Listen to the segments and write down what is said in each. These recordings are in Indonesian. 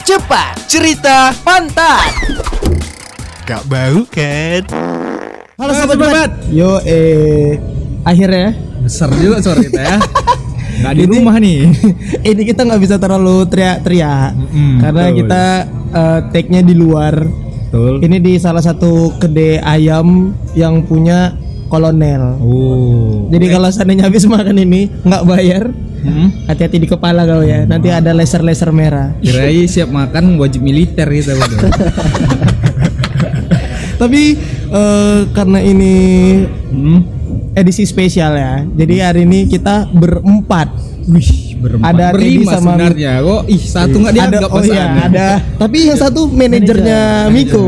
cepat, cerita pantat. Gak bau kan? Halo sobat. Yo akhirnya besar juga suara kita ya. Nggak di rumah nih. ini kita nggak bisa terlalu teriak-teriak karena betul. kita take-nya di luar. Betul. Ini di salah satu kedai ayam yang punya kolonel. Oh. Jadi kalau seandainya habis makan ini nggak bayar, hati-hati di kepala kau ya. Nanti ada laser-laser merah. Kirain siap makan wajib militer gitu. Tapi karena ini edisi spesial ya. Jadi hari ini kita berempat. Wih, berempat. Ada Teddy Berlima sama sebenarnya. Kok satu enggak ada dianggap oh iya, ada. Tapi yang satu manajernya Miko.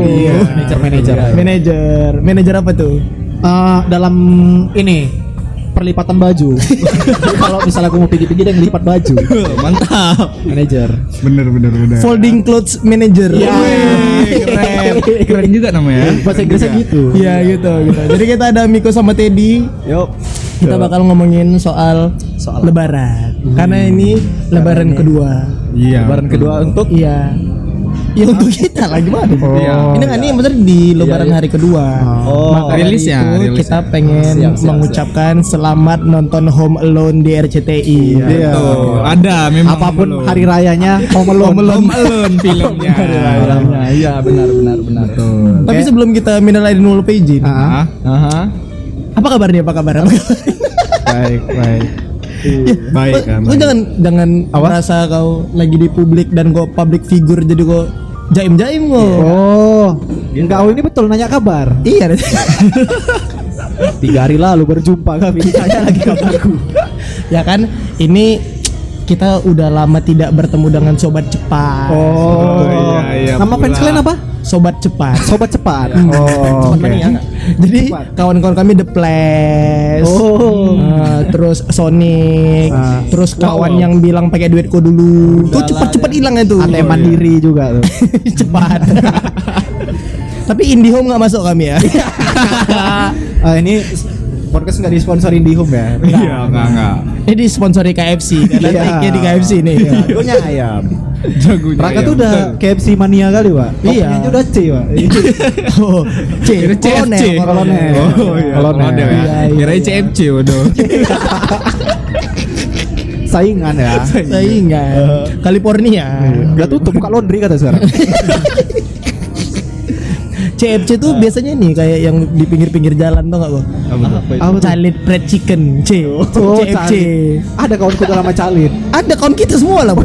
Manajer apa tuh? Dalam ini perlipatan baju. Kalau misalnya aku mau pergi-pergi dan ngelipat baju. Mantap. Manajer. Bener. Folding clothes manager. Ya. Keren juga namanya. Bahasa Inggrisnya gitu. Iya gitu. Jadi kita ada Miko sama Teddy. Yuk. Kita bakal ngomongin soal Lebaran. Karena ini Lebaran kedua. Iya. Lebaran kedua untuk Iya. Ya untuk kita lah gimana? Iya. Ini kan ini bener di Lebaran hari kedua. Maka dari rilisnya, itu kita pengen mengucapkan selamat nonton Home Alone di RCTI. Iya. Tuh, ada memang apapun belum. hari rayanya Home Alone. Home Alone filmnya. Iya benar. Betul. Tapi sebelum kita minal aidin wal faizin, Ah. apa kabarnya? Baik. Baik kan. Lu jangan merasa kau lagi di publik dan kau public figure jadi kau jaim kok. Oh, enggak ini betul nanya kabar. Iya. 3 hari lalu berjumpa kami ditanya lagi kabarku. Ya kan ini kita udah lama tidak bertemu dengan sobat cepat. Oh, iya. Nama fans kalian apa? Sobat cepat. Sobat cepat. Cepat mania nggak? Jadi kawan-kawan kami The Flash, terus Sonic, terus kawan yang bilang pakai duitku dulu, tuh cepat hilang itu. ATM Mandiri juga tuh. Cepat. Tapi IndiHome nggak masuk kami ya. Ini podcast nggak disponsori IndiHome ya? Iya, enggak. Ini disponsori KFC karena take-nya di KFC nih. Jagonya ayam. Jagonya. Raka tuh ayam, udah betul. KFC mania kali, Pak. Iya. Toppingnya udah C, Pak. Oh, CFC. kolonel. Oh iya. Kolonel. Ya. Iya. Kirain CFC waduh. Saingan ya. Saingan. California. Udah tutup buka laundry kata sekarang. CFC tuh biasanya nih kayak yang di pinggir-pinggir jalan tuh enggak kok? Apa tuh? Calit fried chicken, Oh, CFC. Ada kawanku dalam Calit. Ada kawan kita semua lah.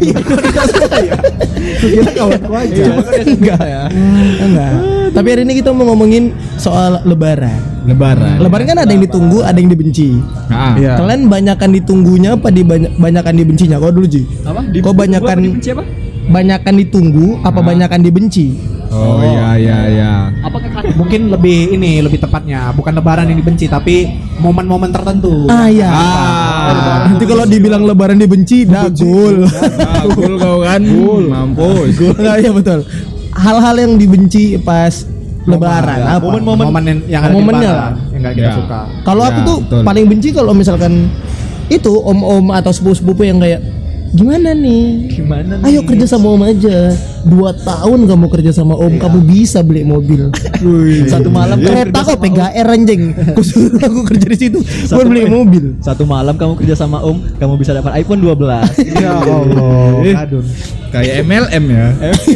Kira kawanku aja. Enggak ya. Enggak. Tapi hari ini kita mau ngomongin soal Lebaran. Lebaran kan ada yang ditunggu, ada yang dibenci. Nah. Iya. Kalian banyakan ditunggunya apa banyakan dibencinya? Kau dulu Ji. Apa? Kau banyakan Siapa? banyakan ditunggu apa banyakan dibenci? Oh iya. Mungkin lebih tepatnya bukan lebaran yang dibenci tapi momen-momen tertentu. Iya. Nanti kalau dibilang Lebaran dibenci, dagul. Gol kau kan. Mampus. Nah, iya betul. Hal-hal yang dibenci pas Lebaran apa? Momen yang ada di Momennya lebaran lah. yang enggak kita Ya. suka. Kalau Ya, aku tuh betul. paling benci kalau misalkan itu om-om atau sepupu-sepupu yang kayak gimana nih? Ayo kerja sama om aja. 2 tahun kamu kerja sama om, kamu bisa beli mobil. Satu malam Kereta kok PGR anjing. Aku suruh aku kerja di situ buat beli mobil. Satu malam kamu kerja sama Om, kamu bisa dapat iPhone 12. Ya Allah. Kadun. Kayak MLM ya.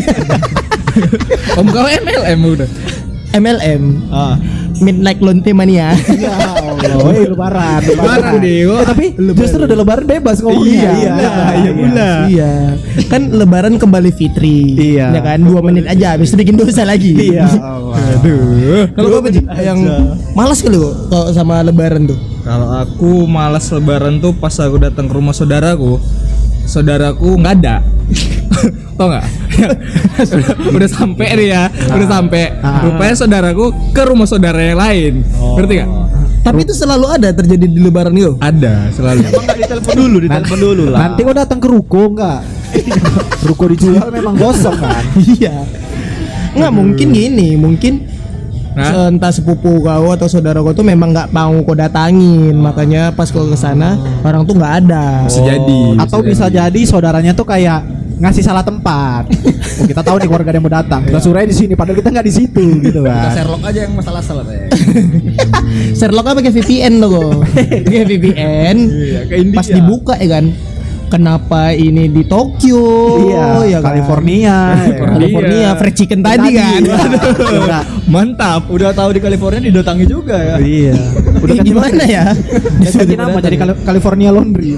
Om kau MLM udah. MLM. Midnight Lonte Mania. Ya Allah. Lebaran. deh. Tapi justru udah lebaran bebas ngomongnya. Iya. Kan Lebaran kembali fitri. Iya. Ya kan 2 menit aja habis itu bikin dosa lagi. Iya. Allah. Aduh. Kalau apa Ji? Yang malas kali kok kalau sama Lebaran tuh. Kalau aku malas lebaran tuh pas aku datang ke rumah saudaraku nggak ada. Tau nggak? udah sampai nih ya, udah sampai. Rupanya saudaraku ke rumah saudara yang lain. Ngerti nggak? Tapi itu selalu ada terjadi di Lebaran itu. Ada selalu. Ditelepon dulu lah. Nanti kau datang ke ruko enggak? Ruko dijual memang gosong kan? Iya. Nggak mungkin gini, mungkin entah sepupu kau atau saudara kau tuh memang nggak mau kau datangin, makanya pas kau kesana orang tuh nggak ada. Bisa jadi. Atau bisa jadi saudaranya tuh kayak ngasih salah tempat. Oh, kita tahu nih keluarga yang mau datang. Kita suruh di sini padahal kita nggak di situ gitu Kita kan. Sherlock aja yang masalah salah deh. Sherlocknya pakai VPN loh kok. Pakai VPN. ke India. Pas dibuka ya kan. Kenapa ini di Tokyo? Iya, ya kan? California. California, fried chicken tadi kan. Enggak. Mantap. Udah tahu di California didatangi juga ya. Iya. Udah gimana ya? Ganti nama jadi California Laundry.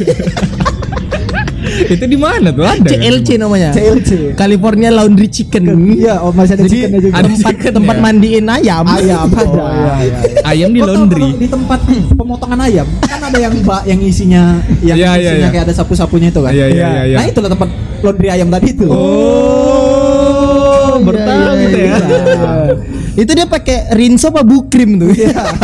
Itu di mana tuh ada? CLC namanya. CLC. California Laundry Chicken. Iya, masih ada chickennya juga. ada Tempat chicken tempat ya? mandiin ayam. Ayam ada. Ayam di Kau tahu laundry. kalau di tempat pemotongan ayam kan ada yang yang isinya Iya, iya, iya. kayak ada sapu-sapunya itu kan. Iya, iya, iya. Nah, itulah tempat laundry ayam tadi itu. Oh, bertahu Iya, tuh ya. iya. Itu dia pakai rinso apa bukrim tuh.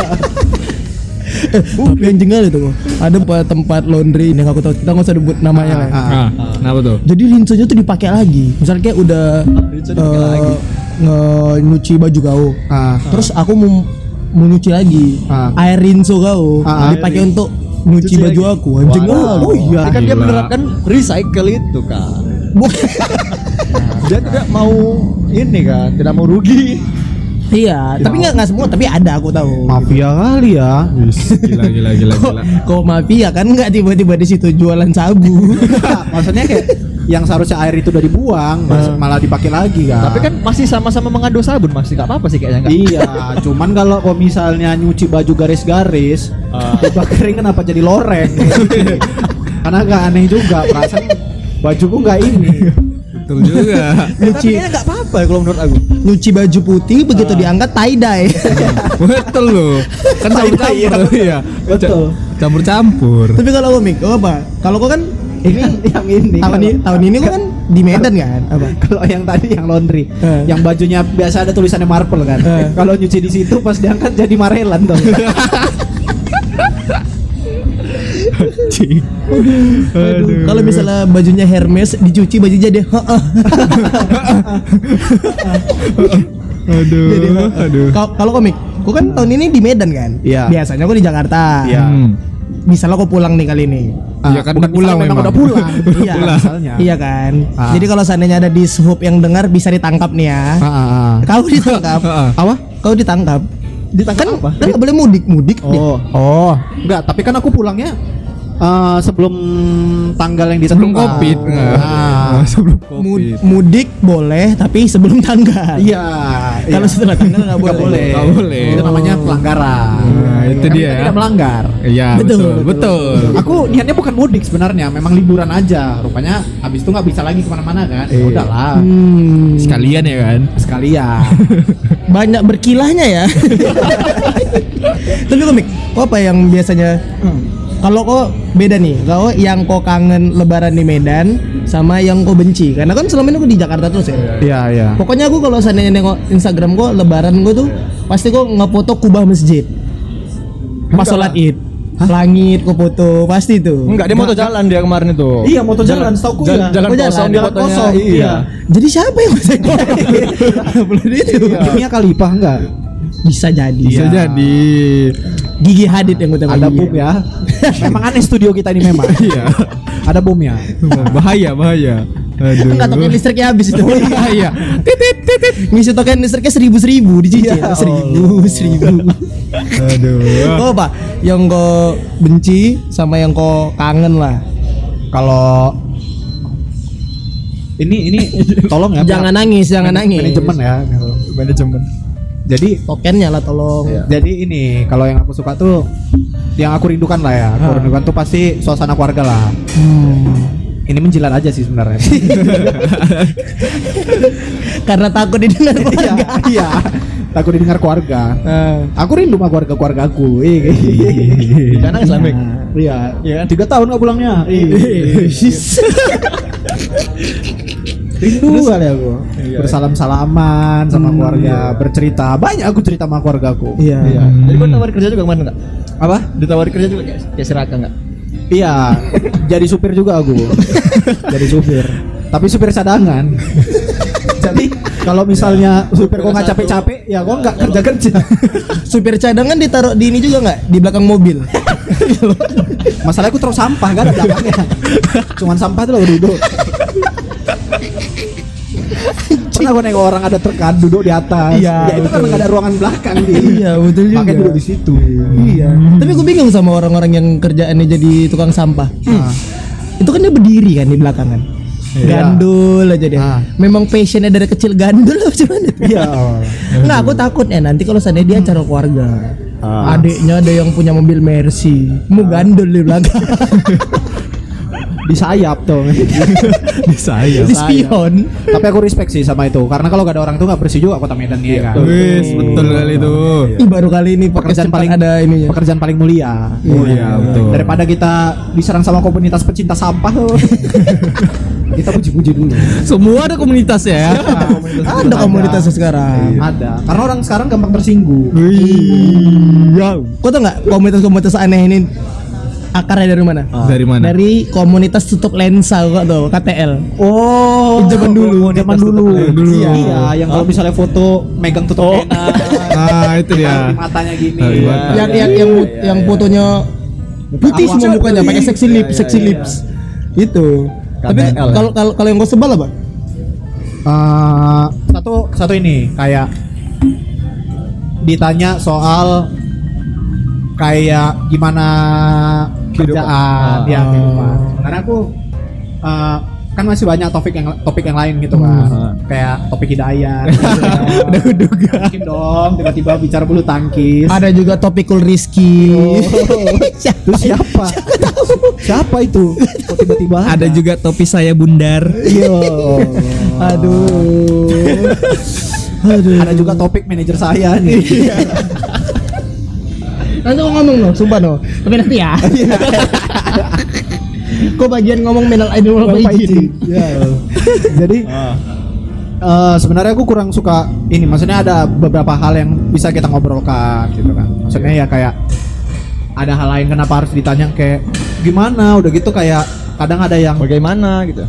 Tapi yang jenggal itu kok. Ada tempat laundry yang aku tahu, kita nggak usah sebut namanya kan. Nah, kenapa tuh? Jadi rinsonya tuh dipakai lagi. Misalnya kayak udah Rinso dipakai lagi. nyuci baju kau. Terus aku mau nyuci lagi. Air rinso kau dipakai untuk nyuci Cuci baju lagi. aku. Anjing Waduh. kau. Oh iya. Kan dia Gila. menerapkan recycle itu kan. Dia tidak mau ini kan, tidak mau rugi. Iya, tapi nggak semua, tapi ada aku tahu. Mafia kali ya. Gila. Kok mafia kan nggak tiba-tiba di situ jualan sabu. Maksudnya kayak yang seharusnya air itu udah dibuang malah dipakai lagi kan. Tapi kan masih sama-sama mengadu sabun, masih nggak apa-apa sih kayaknya nggak. Iya, cuman kalau misalnya nyuci baju garis-garis, tiba kering kenapa jadi loreng? Karena agak aneh juga, perasaan bajuku nggak ini. Betul juga. Tapi kayaknya nggak apa-apa kalau menurut aku. Nyuci baju putih begitu diangkat tie dye. Betul loh. Kan campur-campur ya. Betul. Campur-campur. Tapi kalau komik, kau apa? Kalau kau kan Ini yang ini. tahun ini kau kan di Medan kan? Apa? Kalau yang tadi yang laundry, yang bajunya biasa ada tulisannya Marvel kan. Kalau nyuci di situ pas diangkat jadi Marelan tuh. Aduh. Kalau misalnya bajunya Hermes dicuci baju jadi Aduh. Kalau komik, kau kan tahun ini di Medan kan? Iya. Biasanya kau di Jakarta. Iya. Misalnya kau pulang nih kali ini. Iya kan Bukan udah pulang misalnya memang. udah pulang. Iya, misalnya. iya kan. Ah. Jadi kalau seandainya ada di sub yang dengar bisa ditangkap nih ya. Kau ditangkap. Apa? Kau ditangkap. Ditangkap Kan apa? nggak boleh mudik dia. Oh, enggak, tapi kan aku pulangnya sebelum tanggal yang Sebelum ditentukan. Covid. Nah, Sebelum Covid. Mudik boleh tapi sebelum tanggal. iya. Kalau setelah tanggal nggak boleh. Nggak boleh. Itu namanya pelanggaran. Nah, itu Kami dia. tidak melanggar. Iya, betul. Aku niatnya bukan mudik sebenarnya, memang liburan aja. Rupanya habis itu nggak bisa lagi kemana-mana kan. Ya udahlah, Sekalian ya kan. sekalian. Banyak berkilahnya ya. Tapi komik, kok apa yang biasanya kalau kok beda nih, kau yang kau kangen lebaran di Medan sama yang kau benci, karena kan selama ini aku di Jakarta terus ya. Iya, iya. Pokoknya aku kalau seandainya nengok Instagram kau lebaran kau tuh pasti kau ngefoto kubah masjid pas sholat id, langit kau foto pasti tuh. Enggak, dia moto jalan dia kemarin itu. Iya, moto jalan, setauku ya. Jalan Oh, kosong jalan dia fotonya. kosong, Iya. Jadi siapa yang masih belum itu? Mia Khalifah enggak? Bisa jadi. Bisa jadi. Gigi Hadid yang gue Ada bom ya. Memang aneh studio kita ini memang. Iya. Ada bom ya. Bahaya. Aduh. Enggak, token listriknya habis itu. Iya. Ngisi token listriknya 1.000 dicicil. 1.000. Aduh. Kau apa? Yang kau benci sama yang kau kangen lah. Kalau ini tolong ya. Jangan nangis, jangan nangis. Manajemen ya. Manajemen. Jadi Tokennya lah tolong. Jadi ini kalau yang aku suka tuh yang aku rindukan lah ya. Aku rindukan tuh pasti suasana keluarga lah. Ini menjilat aja sih sebenarnya. Karena takut didengar keluarga. Iya. Takut didengar keluarga. Aku rindu sama keluarga aku. Jangan nangis lah, Mik. Iya. 3 tahun nggak pulangnya. Rindu kali aku. Bersalam-salaman sama keluarga, bercerita. Banyak aku cerita sama keluarga aku. Iya. Jadi kau ditawari kerja juga kemana enggak? Apa? Ditawari kerja juga kayak si Raka enggak? Iya. Jadi supir juga aku. Jadi supir. Tapi supir cadangan. Jadi kalau misalnya supir kok nggak capek-capek, ya kok nggak kerja-kerja. Supir cadangan ditaruh di ini juga nggak? Di belakang mobil. Masalahnya aku taruh sampah kan ada belakangnya. Cuman sampah tuh loh duduk. aku nengok orang ada truk kan duduk di atas. Iya, Ya itu karena nggak ada ruangan belakang dia. Iya, betul juga. Makanya duduk di situ. Iya. Tapi gue bingung sama orang-orang yang kerjaannya jadi tukang sampah. Itu kan dia berdiri kan di belakangan. Gandul aja deh. Memang passionnya dari kecil gandul apa gimana? Iya. Nggak, aku takut nanti kalau seandainya dia acara keluarga. Adiknya ada yang punya mobil Mercy, mau gandul di belakang. Di sayap tuh. Di saya. Di spion. Tapi aku respect sih sama itu karena kalau gak ada orang tuh gak bersih juga kota Medan nih kan. Wis, betul kali itu. Ih, baru kali ini Pekerjaan paling ada ininya. Pekerjaan paling mulia. Iya, betul. Daripada kita diserang sama komunitas pecinta sampah tuh. Kita puji-puji dulu. Semua ada komunitasnya ya. Ada komunitasnya sekarang. Ada. Karena orang sekarang gampang tersinggung. Kau tau nggak komunitas-komunitas aneh ini akarnya dari mana? Dari mana? Dari komunitas tutup lensa kok tuh, KTL. Oh, Zaman dulu. Iya, yang kalau misalnya foto megang tutup pena. Nah, itu dia. Di matanya gini. Yang fotonya putih Awal. semua mukanya pakai sexy lips. Itu. Tapi KTL, kalau yang gue sebel apa? Satu ini kayak ditanya soal kayak gimana kerjaan ya kehidupan. Karena aku kan masih banyak topik yang lain gitu kan. Kayak topik hidayah. Udah duga. Mungkin dong tiba-tiba bicara bulu tangkis. Ada juga topikul Rizky. Itu siapa? Siapa itu? Kok tiba-tiba Ada juga topi saya bundar. Iya. Aduh. Ada juga topik manajer saya nih. Nanti kau ngomong loh, sumpah loh. Tapi nanti ya. Kok bagian ngomong minal aidin wal faizin. Jadi sebenarnya aku kurang suka ini. Maksudnya ada beberapa hal yang bisa kita ngobrolkan gitu kan. Maksudnya ya kayak ada hal lain kenapa harus ditanya kayak gimana? Udah gitu kayak kadang ada yang Bagaimana gitu.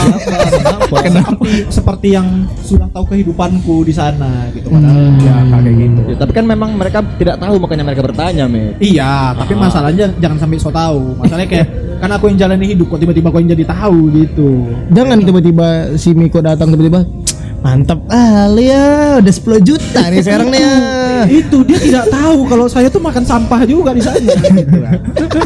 seperti yang sudah tahu kehidupanku di sana gitu padahal ya kayak gitu. Ya, tapi kan memang mereka tidak tahu makanya mereka bertanya, Met. Iya, tapi masalahnya jangan sampai so tahu. Masalahnya kayak kan aku yang jalani hidup kok tiba-tiba kau yang jadi tahu gitu. Jangan tiba-tiba si Miko datang tiba-tiba mantap kali ya, udah 10 juta nih sekarang nih ya. Itu dia tidak tahu kalau saya tuh makan sampah juga di sana gitu kan.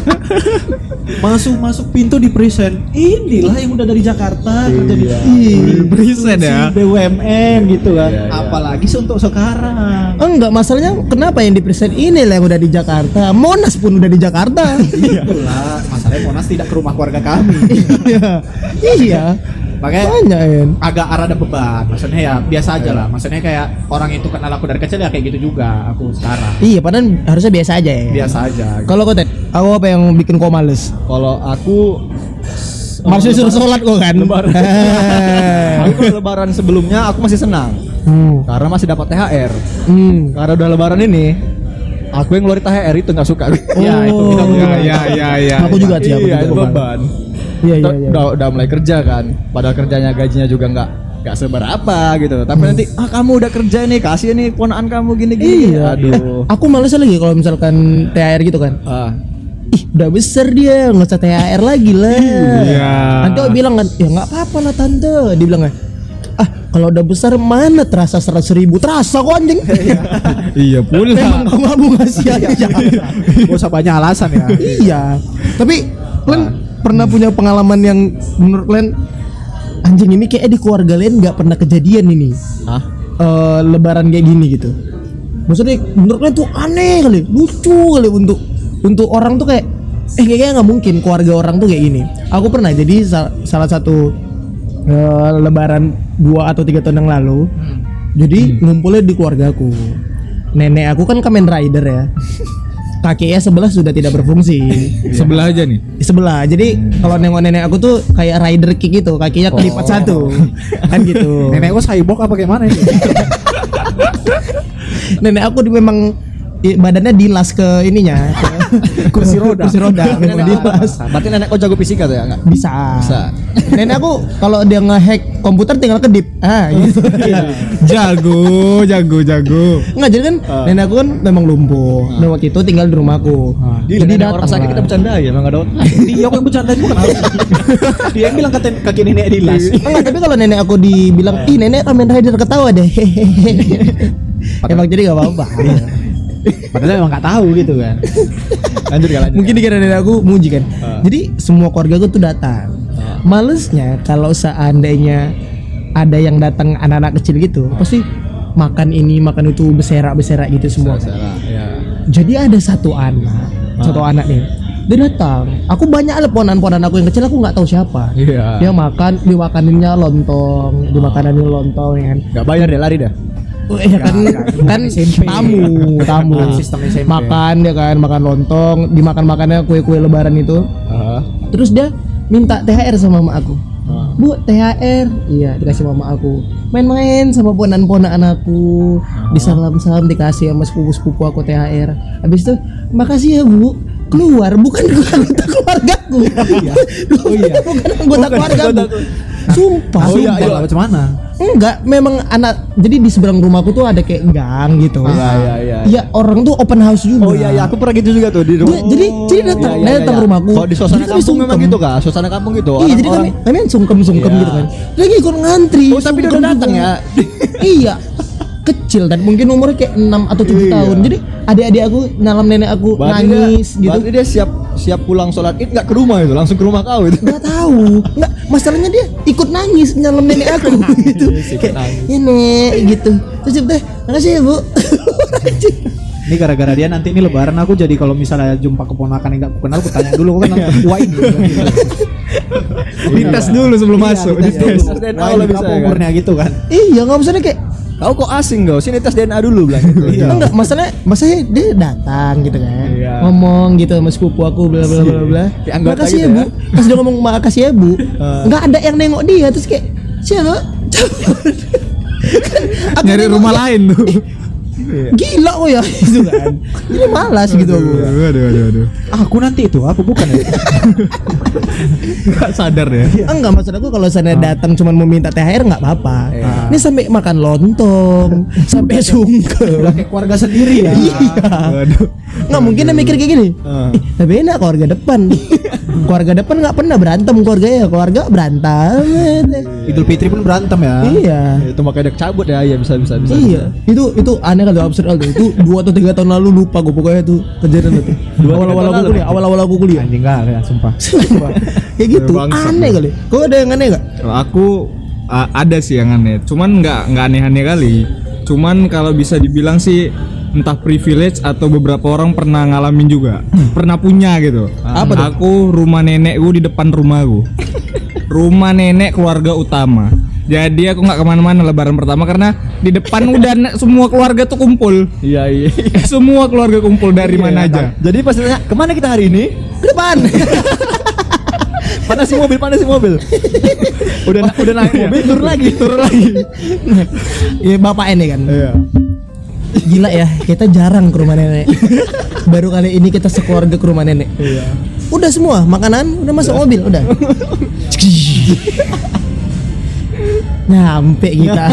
Masuk pintu di present. Inilah yang udah dari Jakarta kerja di Present ya. BUMN gitu kan. Apalagi untuk sekarang. Enggak, masalahnya kenapa yang di present ini lah yang udah di Jakarta. Monas pun udah di Jakarta. Itulah masalahnya Monas tidak ke rumah keluarga kami. Iya. Makanya Banyak ya. agak ada beban. Maksudnya ya biasa aja lah. Maksudnya kayak orang itu kenal aku dari kecil ya kayak gitu juga aku sekarang. Iya, padahal harusnya biasa aja ya. Biasa aja. Kalau kau Ted, aku apa yang bikin kau males? Kalau aku Masih suruh sholat kok kan? aku kalau lebaran sebelumnya aku masih senang karena masih dapat THR. Karena udah lebaran ini aku yang ngeluarin THR itu nggak suka. Ya itu kita Ya. Aku juga sih, aku Iya, juga itu beban. Iya. Udah mulai kerja kan. Padahal kerjanya gajinya juga nggak seberapa gitu. Tapi nanti kamu udah kerja nih, kasih nih ponakan kamu gini. Iya. Aduh. Aku males lagi kalau misalkan THR gitu kan. Ih, udah besar dia, nggak usah THR lagi lah. Iya. Nanti aku bilang kan, ya nggak apa-apa lah tante. Dia bilang kan, kalau udah besar mana terasa 100.000? Terasa kok anjing. Iya pula. Memang kamu mau ngasih aja. Gak usah banyak alasan ya. Iya. Tapi kalian pernah punya pengalaman yang menurut kalian anjing ini kayak di keluarga kalian nggak pernah kejadian ini? Lebaran kayak gini gitu. Maksudnya menurut kalian tuh aneh kali, lucu kali untuk orang tuh kayak kayaknya nggak mungkin keluarga orang tuh kayak gini. Aku pernah jadi salah satu lebaran 2 atau 3 tahun yang lalu. Jadi ngumpulnya di keluargaku. Nenek aku kan Kamen Rider ya. Kakinya sebelah sudah tidak berfungsi. Sebelah aja nih. Di sebelah. Jadi kalau nengok nenek aku tuh kayak rider kick gitu, kakinya kelipat satu. Kan gitu. Nenek gua cyborg apa gimana ini? Nenek aku memang badannya dilas ke ininya, ke kursi roda. Memang dilas. Berarti nenek kau jago fisika tuh ya enggak? Bisa. Nenek aku kalau dia nge-hack komputer tinggal kedip. Gitu. Jago. Enggak, jadi kan nenek aku kan memang lumpuh. Dan waktu itu tinggal di rumahku. Jadi orang sakit kita bercanda ya, emang ada. Dia aku yang bercanda bukan aku. Dia yang bilang kaki nenek dilas. Enggak, tapi kalau nenek aku dibilang, "Ih, nenek Kamen Rider ketawa deh." Emang jadi enggak apa-apa. Padahal emang nggak tahu gitu kan. Lanjut. Mungkin dikira nenek aku muji kan. Jadi semua keluarga aku tuh datang. Malesnya kalau seandainya ada yang datang anak-anak kecil gitu, pasti makan ini, makan itu, beserak gitu semua. Ya. Jadi ada satu anak nih. Dia datang. Aku banyak lah ponan-ponan aku yang kecil, aku nggak tahu siapa. Iya. Dia dimakaninnya lontong, dimakanin lontong ya kan. Enggak bayar deh, lari dah. Ya kan SMP. tamu Sistem SMP. makan dia kan, makan lontong, dimakan-makannya kue-kue lebaran itu. Terus dia minta THR sama mama aku. Bu, THR. Iya, dikasih mama aku. Main-main sama ponan-ponan anakku. Disalam-salam, dikasih sama sepupu-sepupu aku THR. Habis itu, "Makasih ya, Bu." Keluar, bukan anggota keluargaku. Bukan anggota keluargaku. Sumpah. Sumpah. Macam mana? Enggak, memang jadi di seberang rumahku tuh ada kayak gang gitu. Iya. Ya orang tuh open house juga. Oh iya, aku pernah gitu juga tuh di rumah. Jadi datang ke rumahku. Kalau di suasana Jadi kami kampung memang sungkem. gitu kah? Suasana kampung gitu. Iya, jadi kami sungkem Iya. gitu kan. Lagi ikut ngantri. Oh, tapi dia sungkem udah datang juga. ya. Iya. Kecil dan mungkin umurnya kayak 6 atau 7 tahun. Jadi adik-adik aku nyalam nenek aku nangis gitu. Berarti dia siap pulang sholat Id enggak ke rumah itu, langsung ke rumah kau itu. Nggak tahu. Nggak, masalahnya dia ikut nangis nyalam nenek aku gitu. Kayak, "Ya, Nek," gitu. Terus dia, "Makasih ya, Bu." Ini gara-gara dia nanti ini lebaran aku jadi kalau misalnya jumpa keponakan yang gak aku kenal aku tanya dulu kok kan tua ini. Dites dulu sebelum masuk. Dites DNA DNA lah bisa, apa kan? umurnya gitu kan. Iya, nggak maksudnya kayak Kau kok asing kau? Sini tes DNA dulu bilang gitu. enggak, masalahnya dia datang gitu kan. Iya. Ngomong gitu sama sepupu aku bla bla bla bla. Kayak anggota Makasih gitu ya, Bu. ya. Pas dia ngomong makasih ya, Bu. Enggak ada yang nengok dia terus kayak siapa? Aku Nyari nengok rumah dia, lain tuh. Gila kok ya gitu kan. Jadi malas gitu aku. Aduh. Aku nanti itu apa bukan ya? Gak sadar ya. Enggak, maksud aku kalau sana datang cuma mau minta THR enggak apa-apa. Ini sampai makan lontong, sampai sungkem. Udah kayak keluarga sendiri ya. Iya. Waduh. Nggak mungkin dia mikir kayak gini. Tapi enak keluarga depan. Keluarga depan nggak pernah berantem keluarga berantem. Idul Fitri pun berantem ya. Iya. Itu makanya dia cabut ya, iya bisa. Iya. Itu aneh kali, absurd kali. Itu 2 atau 3 tahun lalu lupa gue pokoknya itu kejadian itu. Awal-awal aku kuliah. Anjing enggak ya, sumpah. Kayak gitu. Bangsat Aneh kali. Kok ada yang aneh nggak? Kalau aku ada sih yang aneh. Cuman nggak aneh-aneh kali. Cuman kalau bisa dibilang sih entah privilege atau beberapa orang pernah ngalamin juga, pernah punya gitu. Apa tuh? Aku rumah nenekku di depan rumahku. Rumah nenek keluarga utama. Jadi aku nggak kemana-mana lebaran pertama karena di depan udah semua keluarga tuh kumpul. Iya. Semua keluarga kumpul dari mana aja. Jadi pas ditanya, "Kemana kita hari ini?" Ke depan. Panas si mobil. udah naik mobil turun lagi. Iya, bapak ini kan. Iya. Gila ya, kita jarang ke rumah nenek. Baru kali ini kita sekeluarga ke rumah nenek. Iya. Udah semua makanan udah masuk mobil udah. Nyampe kita.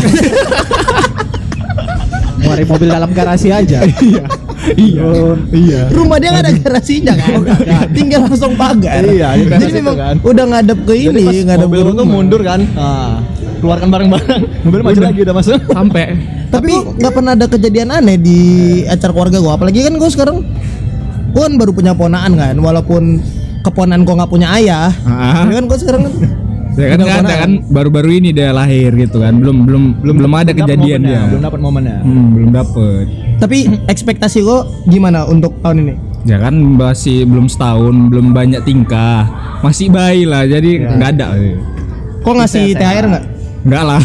Ngeluarin mobil dalam garasi aja. Iya. Rumah dia nggak ada garasinya kan. Tinggal langsung pagar. Iya, di teras Jadi itu memang kan. udah ngadep ke Jadi ini, pas ngadep mobil ke lu tuh rumah. mundur kan. Keluarkan barang-barang. Mobil maju lagi udah masuk. Sampai. Tapi nggak pernah ada kejadian aneh di acara keluarga gua. Apalagi kan gua sekarang gua kan baru punya ponaan kan, walaupun keponan gua nggak punya ayah. Tapi kan gua sekarang kan Ya kan udah nggak ada ponaan. kan baru-baru ini dia lahir gitu kan. Belum ada kejadian dia. Belum dapat momennya. Belum dapet. Tapi ekspektasi gua gimana untuk tahun ini? Ya kan masih belum setahun, belum banyak tingkah, masih bayi lah, jadi nggak ada. Kok ngasih THR nggak? Nggak lah.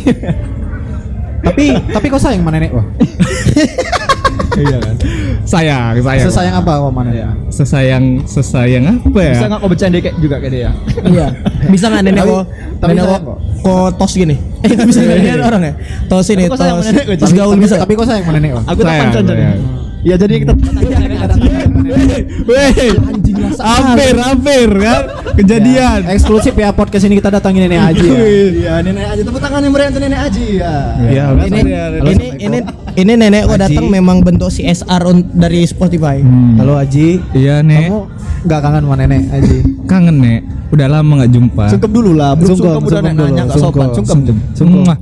Tapi kau sayang sama nenek wah. Iya kan. sayang. Sesayang apa sama nenek? Sesayang apa ya? Bisa nggak kau bercanda kayak juga kayak dia? Iya. Bisa nggak nenek kok? tapi Nenek sayang kok tos gini? Nggak bisa nenek orang ya? Tos ini, Tapi kok sayang tos. sama nenek, Tos gaul bisa. Tapi kau sayang sama nenek wah. Aku tak Sayang, pancan jadi. sayang. Ya jadi kita Weh, Anjing lah hampir kan kejadian. Eksklusif ya podcast ini kita datangin Nenek Aji ya. Iya, Nenek Aji, tepuk tangan yang meriah untuk Nenek Aji ya. Iya, Ini nenek kok datang memang bentuk CSR dari Spotify. Halo Aji. Iya, Nek. Kamu enggak kangen sama Nenek Aji? Kangen, Nek. Udah lama enggak jumpa. Sungkem dulu lah, belum Sungkem, sungkem udah sungkem nanya dulu, enggak sopan, sungkem. sungkem. Mwah.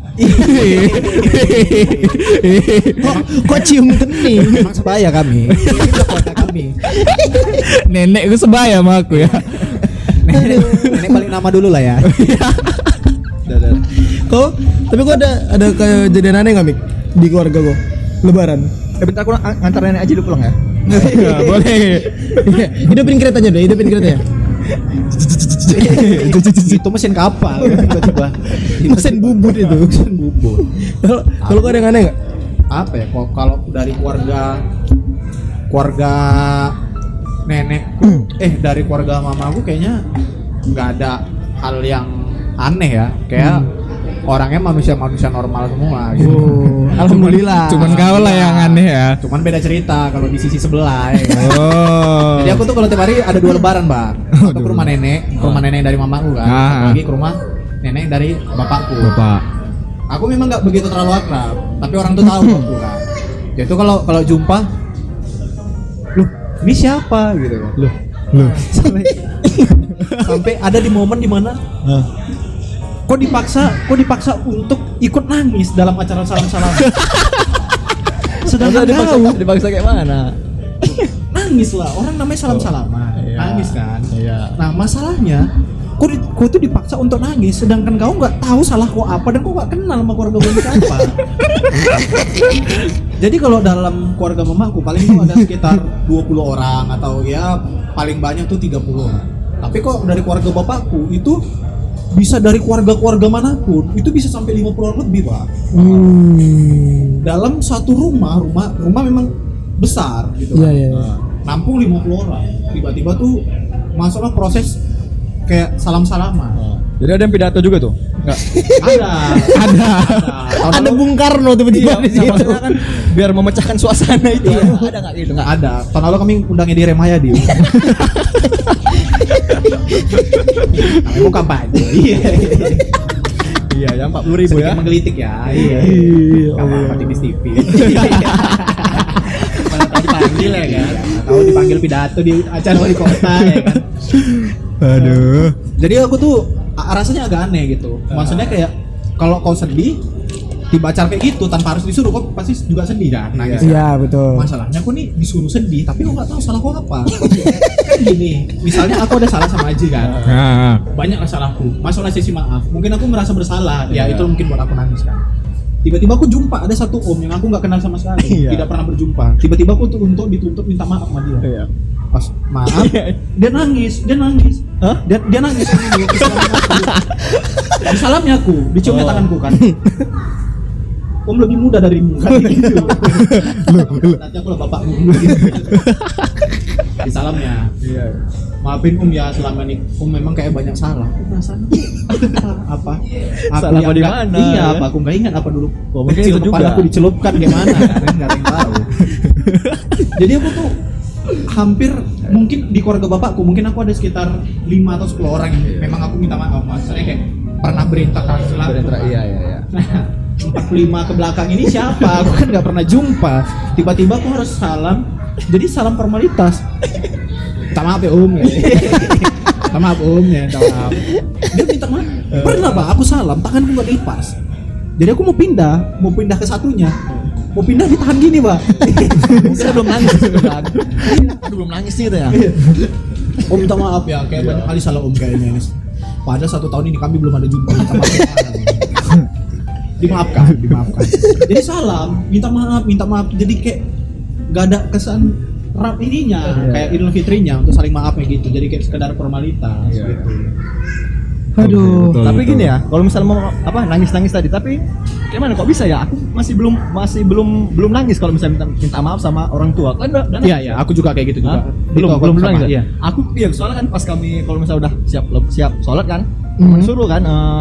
Kok cium kening? Memang sebaya kami. Itu keluarga kami. Nenek gue sebaya sama aku ya. Nenek balik nama dulu lah ya. Kok? Tapi kok ada kejadian aneh nggak Mik di keluarga kok? Lebaran. Bentar aku ngantar Nenek Aji dulu pulang ya. Enggak boleh. Hidupin keretanya deh, hidupin keretanya. Itu mesin kapal tiba-tiba. Mesin bubut itu. Mesin bubut. Kalau kok ada yang aneh nggak? Apa ya? Kalau dari keluarga nenekku, dari keluarga mamaku kayaknya nggak ada hal yang aneh ya. Kayak orangnya manusia normal semua gitu. Alhamdulillah. Cuman kau lah yang aneh ya. Cuman beda cerita kalau di sisi sebelah ya. Oh. Jadi aku tuh kalau tiap hari ada 2 lebaran, Bang. Satu ke rumah nenek dari mamaku kan. Satu lagi ke rumah nenek dari bapakku. Bapak. Aku memang nggak begitu terlalu akrab, tapi orang tuh tahu aku kan. Jadi kalau jumpa, loh, ini siapa gitu kan. Loh. Sampai ada di momen dimana kok dipaksa untuk ikut nangis dalam acara salam-salam. Sedangkan dipaksa kayak mana? nangis lah, orang namanya salam-salaman, nangis kan. Iya. Nah masalahnya, kau tuh dipaksa untuk nangis, sedangkan kau nggak tahu salah kau apa dan kau nggak kenal sama keluarga kau siapa. Jadi kalau dalam keluarga mamaku paling tuh ada sekitar 20 orang atau ya paling banyak tuh 30 orang. Tapi kok dari keluarga bapakku itu bisa dari keluarga-keluarga manapun itu bisa sampai 50 orang lebih, Pak. Dalam satu rumah memang besar gitu. Iya. Nampung 50 orang. Tiba-tiba tuh masuklah proses kayak salam-salaman. Jadi ada yang pidato juga tuh? Enggak. Ada Bung Karno tiba-tiba di situ. Maksudnya kan biar memecahkan suasana itu. Ada enggak gitu? Enggak ada. Tahun lalu kami undangnya di Remhayadi. Kami mau kampanye. Iya, yang 40.000 ya. Menggelitik ya. Iya. Apa tipis-tipis. Mana tahu dipanggil ya kan. Tahu dipanggil pidato di acara wali kota ya kan. Aduh. Jadi aku tuh rasanya agak aneh gitu. Maksudnya kayak kalau kau sedih dibaca kayak gitu tanpa harus disuruh, kok pasti juga sedih kan, nangis. Iya, betul. Masalahnya aku nih disuruh sedih tapi kok nggak tahu salah aku apa. Kan gini, misalnya aku ada salah sama Aji kan. Banyak lah salahku. Masuklah sesi maaf. Mungkin aku merasa bersalah. Ya itu mungkin buat aku nangis kan. Tiba-tiba aku jumpa ada satu om yang aku nggak kenal sama sekali, tidak pernah berjumpa. Tiba-tiba aku dituntut minta maaf sama dia. Iya. Pas maaf, dia nangis. Hah? Dia nangis. Disalamnya aku, diciumnya tanganku kan. Om lebih muda darimu kan gitu. Nanti aku lah bapakmu. Disalamnya. Iya. Maafin Om ya selama ini Om memang kayak banyak salah. Aku perasaan apa? Aku Salah yang apa di nggak- mana, Iya, ya? apa aku nggak ingat apa dulu. Oh, mungkin Kecil itu juga. kepala aku dicelupkan gimana kan nggak ada yang tahu. Jadi aku tuh hampir mungkin di keluarga bapakku mungkin aku ada sekitar 5 atau 10 orang yang memang aku minta maaf. Maksudnya kayak pernah berinteraksi lah. Iya. Nah, 45 ke belakang ini siapa? Aku kan nggak pernah jumpa. Tiba-tiba aku harus salam. Jadi salam formalitas. Minta maaf ya Om ya. Minta maaf Om ya. Minta maaf. Dia minta maaf. Pernah Pak, aku salam, tanganku nggak dilepas. Jadi aku mau pindah ke satunya. Mau pindah ditahan gini Pak. Saya belum nangis kan. Aduh, belum nangis nih gitu ya. Om minta maaf ya, kayak banyak kali salah Om kayaknya ini. Padahal 1 tahun ini kami belum ada jumpa. Minta maaf. Dimaafkan. Jadi salam, minta maaf. Jadi kayak nggak ada kesan rap ininya, kayak Idul Fitrinya untuk saling maaf kayak gitu. Jadi kayak sekedar formalitas gitu. Aduh. Tapi gini ya, kalau misalnya mau nangis tadi, tapi gimana kok bisa ya? Aku masih belum nangis kalau misalnya minta maaf sama orang tua. Kan udah Iya, aku juga kayak gitu juga. Hah? Belum Sama, nangis. iya. Aku soalnya kan pas kami kalau misalnya udah siap sholat kan, Mhm. disuruh kan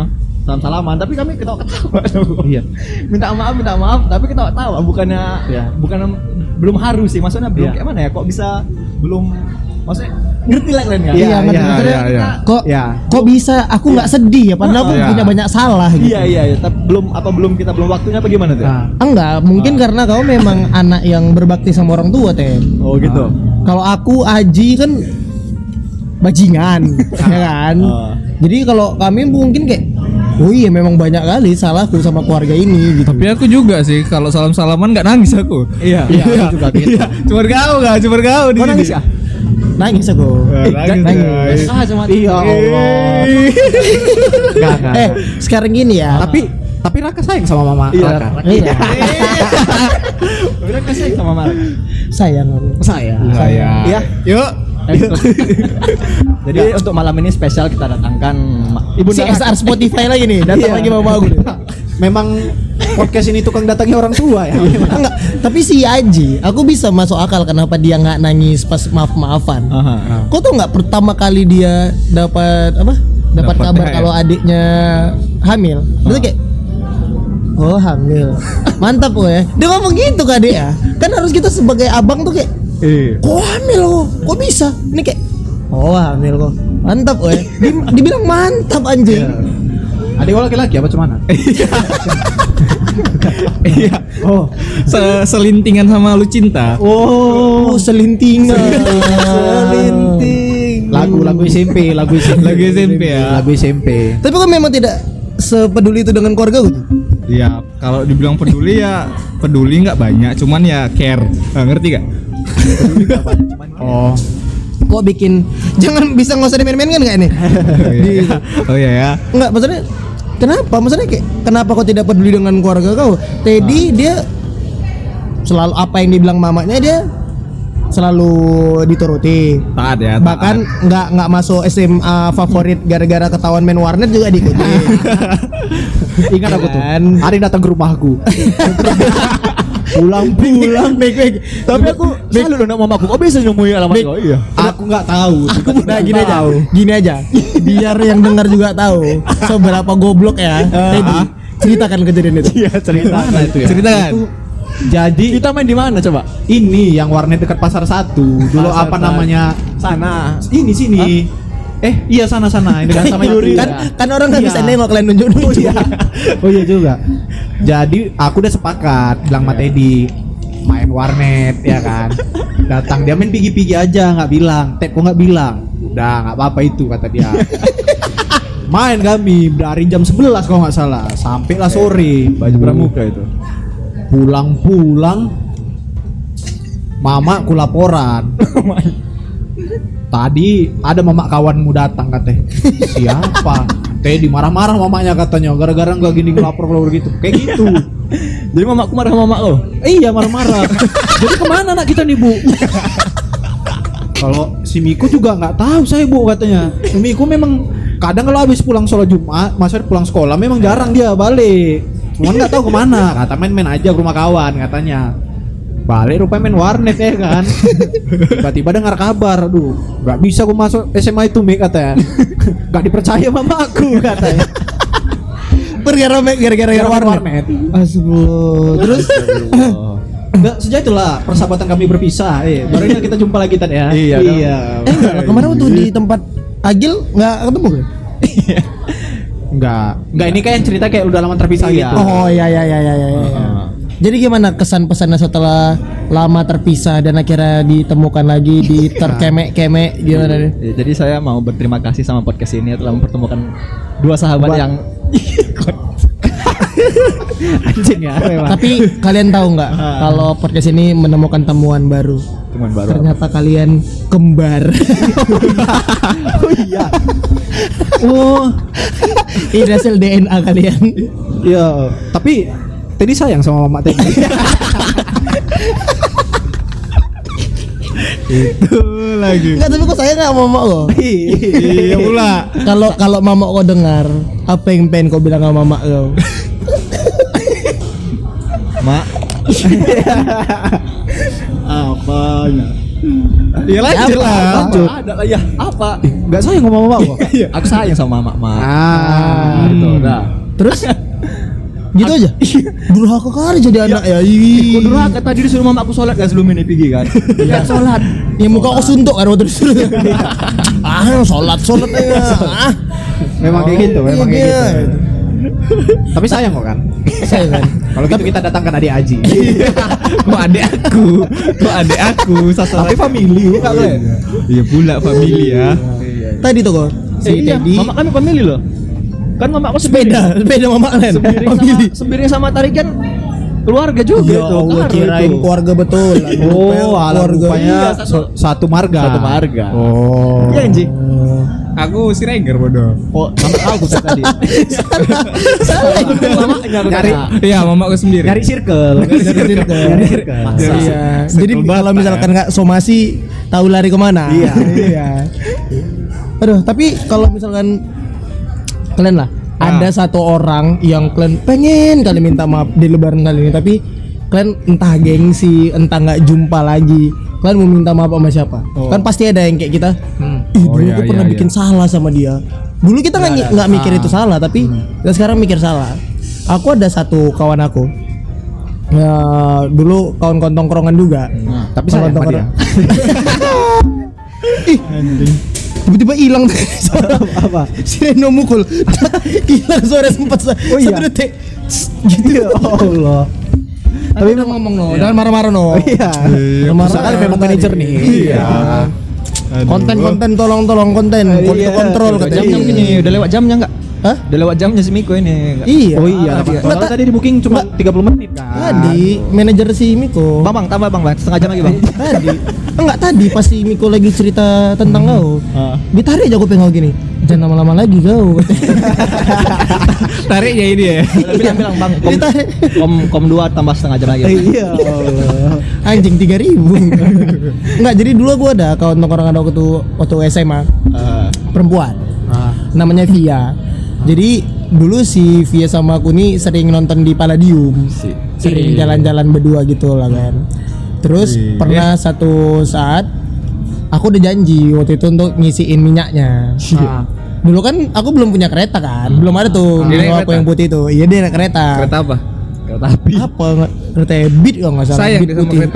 salam-salaman tapi kami ketawa-ketawa. Iya. minta maaf tapi ketawa-ketawa bukannya belum harus sih maksudnya belum kayak mana ya kok bisa belum maksudnya ngerti lah kalian kan? Iya, maksudnya kok bisa aku nggak sedih ya padahal aku punya banyak salah gitu. Iya, tapi belum kita belum waktunya apa gimana tuh? Enggak, mungkin karena kau memang anak yang berbakti sama orang tua, Teh. Oh gitu. Kalau aku Aji kan bajingan, ya kan? Jadi kalau kami mungkin kayak oh iya memang banyak kali salahku sama keluarga ini gitu. Tapi aku juga sih kalau salam-salaman nggak nangis aku. Iya, aku juga gitu. Cuma kau di Kau sini. nangis ya? Nangis aku. Nangis. Cuma Iya Allah. Enggak. Sekarang gini ya. Tapi Raka sayang sama mama Raka. Iya. udah kasih sama Mark. Sayang aku. Sayang. Iya. Yuk. Jadi untuk malam ini spesial kita datangkan Ibu Si SR Spotify lagi nih, datang lagi mama aku. Memang podcast ini tukang datangi orang tua ya. Enggak, tapi si Aji, aku bisa masuk akal kenapa dia nggak nangis pas maaf-maafan. Kok tuh nggak pertama kali dia dapat kabar kalau adiknya hamil. Terus kayak oh hamil. Mantap ya. Dia ngomong gitu ke adik ya. Kan harus kita sebagai abang tuh kayak kok hamil lo? Kok bisa? Ini kayak oh hamil kok. Mantap ya. Dibilang mantap anjing. Adik lo laki-laki apa cuman? Iya. Oh, Selintingan sama lu cinta. Oh, selintingan. selinting. Lagu SMP Lagu SMP ya. Lagu SMP. Tapi kok memang tidak sepeduli itu dengan keluarga gitu? Iya, kalau dibilang peduli ya peduli nggak banyak, cuman ya care. Ngerti gak? Oh, Kok bikin jangan bisa nggak usah dimain-main kan nggak ini? Oh iya ya. Enggak, maksudnya kenapa? Maksudnya kayak kenapa kau tidak peduli dengan keluarga kau? Teddy dia selalu apa yang dibilang mamanya dia selalu dituruti. Taat ya. Bahkan nggak masuk SMA favorit gara-gara ketahuan main warnet juga diikuti. ingat aku tuh. Kan? Ada yang datang ke rumahku. pulang Baik. Tapi aku selalu nanya mamaku, kok bisa nemuin alamat kau? Iya. Aku nggak tahu. Nah gini aja, biar yang dengar juga tahu seberapa goblok ya. Teddy, ceritakan kejadian itu. Iya, cerita itu ya? Ceritakan. Jadi kita main di mana coba? ini yang warnet dekat Pasar 1. Dulu Pasar apa Satu. namanya? Sana. Sini. Iya sana yang dekat sama Yuri. Kan orang nggak Iya. bisa nengok kalian nunjuk. Oh iya juga. Jadi aku udah sepakat bilang sama Teddy main warnet ya kan. Datang dia main pigi-pigi aja nggak bilang. Kok nggak bilang? Udah nggak apa-apa itu kata dia. Main kami dari jam 11 kalau nggak salah sampailah sore. Baju pramuka itu. Pulang mama ku laporan. Tadi ada mama kawanmu datang katanya. Siapa? Teddy marah-marah mamanya katanya gara-gara nggak gini ngelapor gitu. Kayak gitu. Jadi mamaku marah sama mamak lo. Iya marah-marah. Jadi kemana anak kita nih bu? Kalau si Miko juga nggak tahu saya bu katanya. Si Miko memang kadang kalau habis pulang sholat Jumat, maksudnya pulang sekolah memang jarang dia balik. Cuman nggak tahu kemana. Kata main aja ke rumah kawan katanya. Balik rupanya main warnet ya kan. Tiba-tiba dengar kabar, aduh, nggak bisa aku masuk SMA itu Mik katanya. Nggak dipercaya mamaku katanya. Gara-gara warnet. Astagfirullah. Terus Enggak, sejak itulah persahabatan kami berpisah. Baru ini kita jumpa lagi tadi ya. Iya. kemarin waktu di tempat Agil nggak ketemu kan? Enggak ini kayak cerita kayak udah lama terpisah gitu. Oh iya. Jadi gimana kesan pesannya setelah lama terpisah dan akhirnya ditemukan lagi di terkemek-kemek gimana nih? Ya, jadi saya mau berterima kasih sama podcast ini telah mempertemukan dua sahabat yang Anjing ya memang. Tapi kalian tahu nggak kalau podcast ini menemukan temuan baru? teman baru. Ternyata kalian kembar. Oh iya. Ini hasil DNA kalian. Iya, tapi Teddy sayang sama mama Teddy. Itu lagi. Enggak, tapi kok saya nggak mau mama lo. Iya pula. Kalau mama kau dengar, apa yang pengen kau bilang sama mama kau? Mak. Apanya? Ya lanjut lah. Lanjut. Ada lah ya. Apa? Enggak sayang sama mama kok. Aku sayang sama mama, Mak. Gitu Udah. Terus gitu aja. Durhaka kali jadi anak ya. Kok durhaka tadi disuruh mama aku sholat gak sebelum ini pergi kan? Iya sholat. Ya muka aku suntuk kan waktu disuruh. Sholat aja. Memang kayak gitu, memang kayak Iya. gitu. Tapi sayang kok kan. Saya kan. Kalau gitu kita datangkan adik Aji. Kok adek aku sasaran. Tapi family enggak boleh. Iya pula family ya. Tadi tuh kok si Iya, Teddy mama kami family loh. Kan mama aku beda mama kalian. Family. Sembiring sama Tarik kan keluarga juga Ya itu. Allah, kirain keluarga betul. Oh, alah keluarga. rupanya Iya, satu marga. Satu marga. Oh. Iya anjing. Aku si Reger bodoh. Oh, mama aku tadi. Salah. Mamanya aku Nyari- tanya. Iya, mamaku sendiri. Nyari circle. Nyari circle. Iya. Circle Jadi kalau Batak, misalkan nggak somasi tahu lari kemana? Iya. Iya. Aduh, tapi kalau misalkan kalian lah ada satu orang yang kalian pengen kali minta maaf di lebaran kali ini, tapi kalian entah gengsi, entah nggak jumpa lagi, kalian mau minta maaf sama siapa? Kan pasti ada yang kayak kita. Ih, dulu iya, aku pernah iya, bikin salah sama dia. Dulu kita nggak mikir itu salah, tapi kita sekarang mikir salah. Aku ada satu kawan aku. Ya, dulu kawan tongkrongan juga. Tapi sayang sama dia. Ih, tiba-tiba hilang Apa? si Reno mukul hilang suara sempat Oh iya? 1 detik gitu Ya Allah. tapi udah ngomong no jangan marah-marah no Iya. Soalnya memang manajer nih. iya konten tolong konten kontrol katanya Jamnya ini udah lewat jamnya enggak? hah Udah lewat jamnya si Miko ini. iya Oh iya, iya. padahal tadi di booking cuma 30 menit kan. Tadi manajer si Miko Bang, tambah bang, setengah jam lagi bang. tadi enggak tadi pas si Miko lagi cerita tentang kau ditarik aja aku pengen gini jangan lama-lama lagi kau Tarik ya ini ya. Bilang bang, ditarik kom 2 tambah setengah jam lagi. Iya Allah. anjing 3.000 enggak jadi dulu gua ada kawan tongkrongan waktu SMA perempuan namanya Via. Jadi dulu si Via sama aku nih sering nonton di Palladium, sering jalan-jalan berdua gitu lah kan. Terus pernah satu saat aku udah janji waktu itu untuk ngisiin minyaknya. Dulu kan aku belum punya kereta kan, belum ada tuh Dia naik Mio aku kereta? yang putih itu. Iya dia naik kereta. Kereta apa? Kereta api. Apa kereta Beat kalau nggak salah. Sayang Beat dia sama putih. kereta.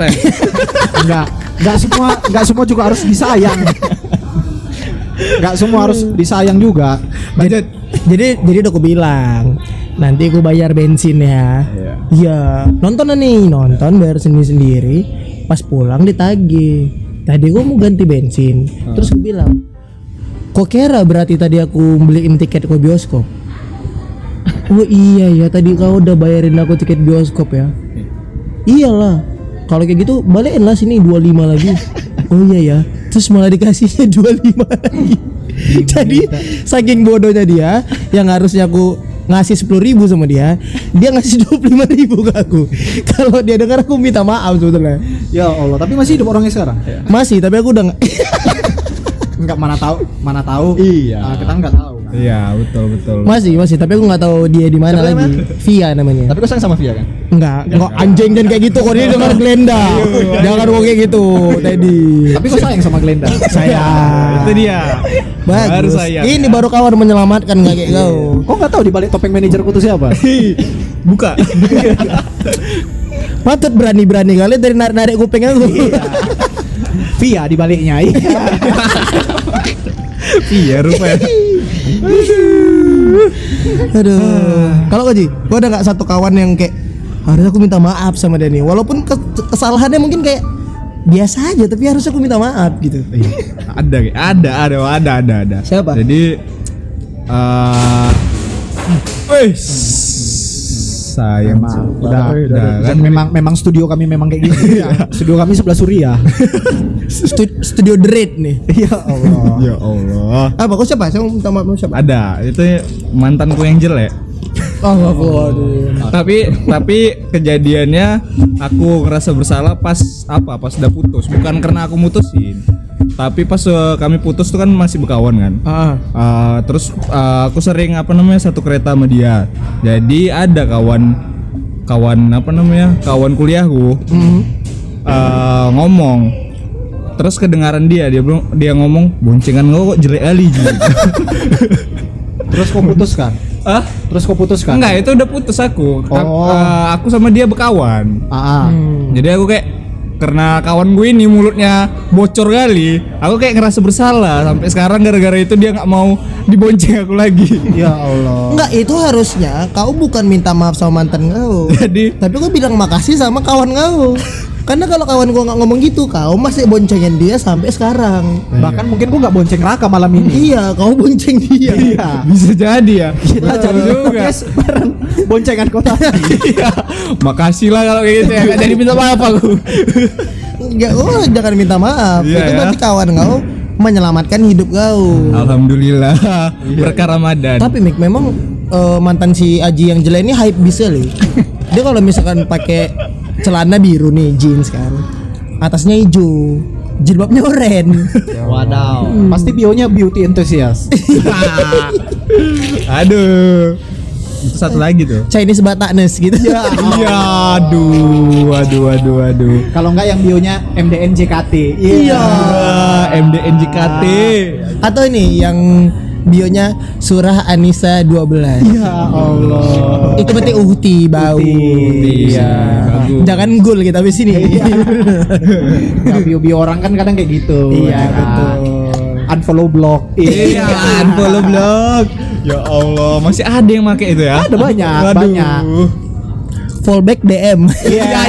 Enggak semua juga harus disayang. Enggak semua harus disayang juga. Jadi udah aku bilang nanti aku bayar bensin ya. Iya. Nonton bayar sendiri. Pas pulang ditagih. Tadi gua mau ganti bensin. Terus aku bilang, kok kira berarti tadi aku beliin tiket ke bioskop? Oh iya ya, tadi kau udah bayarin aku tiket bioskop ya. Iyalah. Kalau kayak gitu balikin lah sini 25 lagi. Oh iya ya. Terus malah dikasihnya 25 lagi. Jadi saking bodohnya dia, yang harusnya aku ngasih 10.000 sama dia ngasih 25.000 ke aku. Kalau dia dengar aku minta maaf sebetulnya. Ya Allah, tapi masih hidup orangnya sekarang. Masih, tapi aku udah Enggak mana tahu. Iya. Kita enggak tahu. Iya, betul. masih, tapi aku nggak tahu dia di mana Siapa lagi. Via namanya. Tapi kau sayang sama Via kan? Enggak, anjing jangan kayak gitu. Kok dia dengar Glenda. Jangan kok kayak gitu, tadi. Tapi kok sayang sama Glenda? Itu dia. Baru Bagus. sayang. Ini baru kawan menyelamatkan nggak kayak kau. Kok enggak tahu di balik topeng manajerku itu siapa? Buka. Patut berani-berani kali dari narik kuping aku. Via di baliknya. Iya, rupanya. Aduh. Kalau kau Ji, kau ada nggak satu kawan yang kayak harusnya aku minta maaf sama dia nih, walaupun kesalahannya mungkin kayak biasa aja, tapi harusnya aku minta maaf gitu. Ada. Siapa? Jadi sayang Udah kan memang studio kami memang kayak gini. Studio kami sebelah Suriah. Studio The Red nih. Ya Allah. ya Allah. Apa kau siapa? Saya mau minta maaf sama siapa? Ada, itu mantanku yang jelek. Oh, waduh. Tapi kejadiannya aku ngerasa bersalah pas udah putus, bukan karena aku mutusin. Tapi pas kami putus tuh kan masih berkawan kan. Terus aku sering satu kereta sama dia. Jadi ada kawan kuliahku ngomong Terus kedengaran dia ngomong boncengan kok jelek kali. Terus kau putuskan? Ah? Terus kau putuskan? Enggak, itu udah putus aku. Aku sama dia berkawan. Jadi aku kayak karena kawan gue ini mulutnya bocor kali, aku kayak ngerasa bersalah sampai sekarang gara-gara itu dia nggak mau dibonceng aku lagi. Ya Allah. Enggak, itu harusnya kau bukan minta maaf sama mantan kau. Tapi kau bilang makasih sama kawan kau. Karena kalau kawan gua nggak ngomong gitu, kau masih boncengin dia sampai sekarang. Bahkan mungkin gua nggak bonceng Raka malam ini. Iya, kau bonceng dia. Iya. Bisa jadi ya. Kita jadi juga. Bareng boncengan kota. Iya. Makasih lah kalau kayak gitu ya. Nggak jadi minta maaf aku. Enggak, jangan minta maaf. Iya, itu ya. berarti kawan kau menyelamatkan hidup kau. Alhamdulillah. Berkah Ramadan. Tapi Mik, memang mantan si Aji yang jelek ini hype bisa loh. Dia kalau misalkan pakai celana biru nih, jeans kan, atasnya hijau, jilbabnya oranye. Wadaw. Pasti bionya beauty enthusiast. Aduh. Itu satu lagi tuh. Chinese Batakness gitu. Iya, aduh. Kalau enggak yang bionya MDN JKT. Iya. MDN JKT. Atau ini yang bionya Surah Anisa 12. Ya Allah. Itu berarti uhti bau. Iya. Bagus. Jangan gul kita di sini. Ya, bio orang kan kadang kayak gitu. Iya, ya kan? betul. Unfollow blog. Iya, unfollow blog. Ya Allah, masih ada yang pakai itu ya? Ada banyak, Waduh. banyak. Fallback DM. Iya.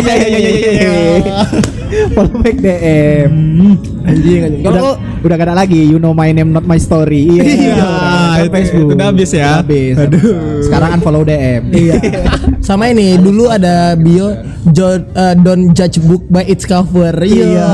Follow back DM. Anjing. Udah gak ada lagi you know my name not my story. Iya, Kan Facebook. itu udah habis ya? Udah habis. Aduh. Sekarang unfollow DM. Iya. Sama ini dulu ada bio don't judge book by its cover. Iya.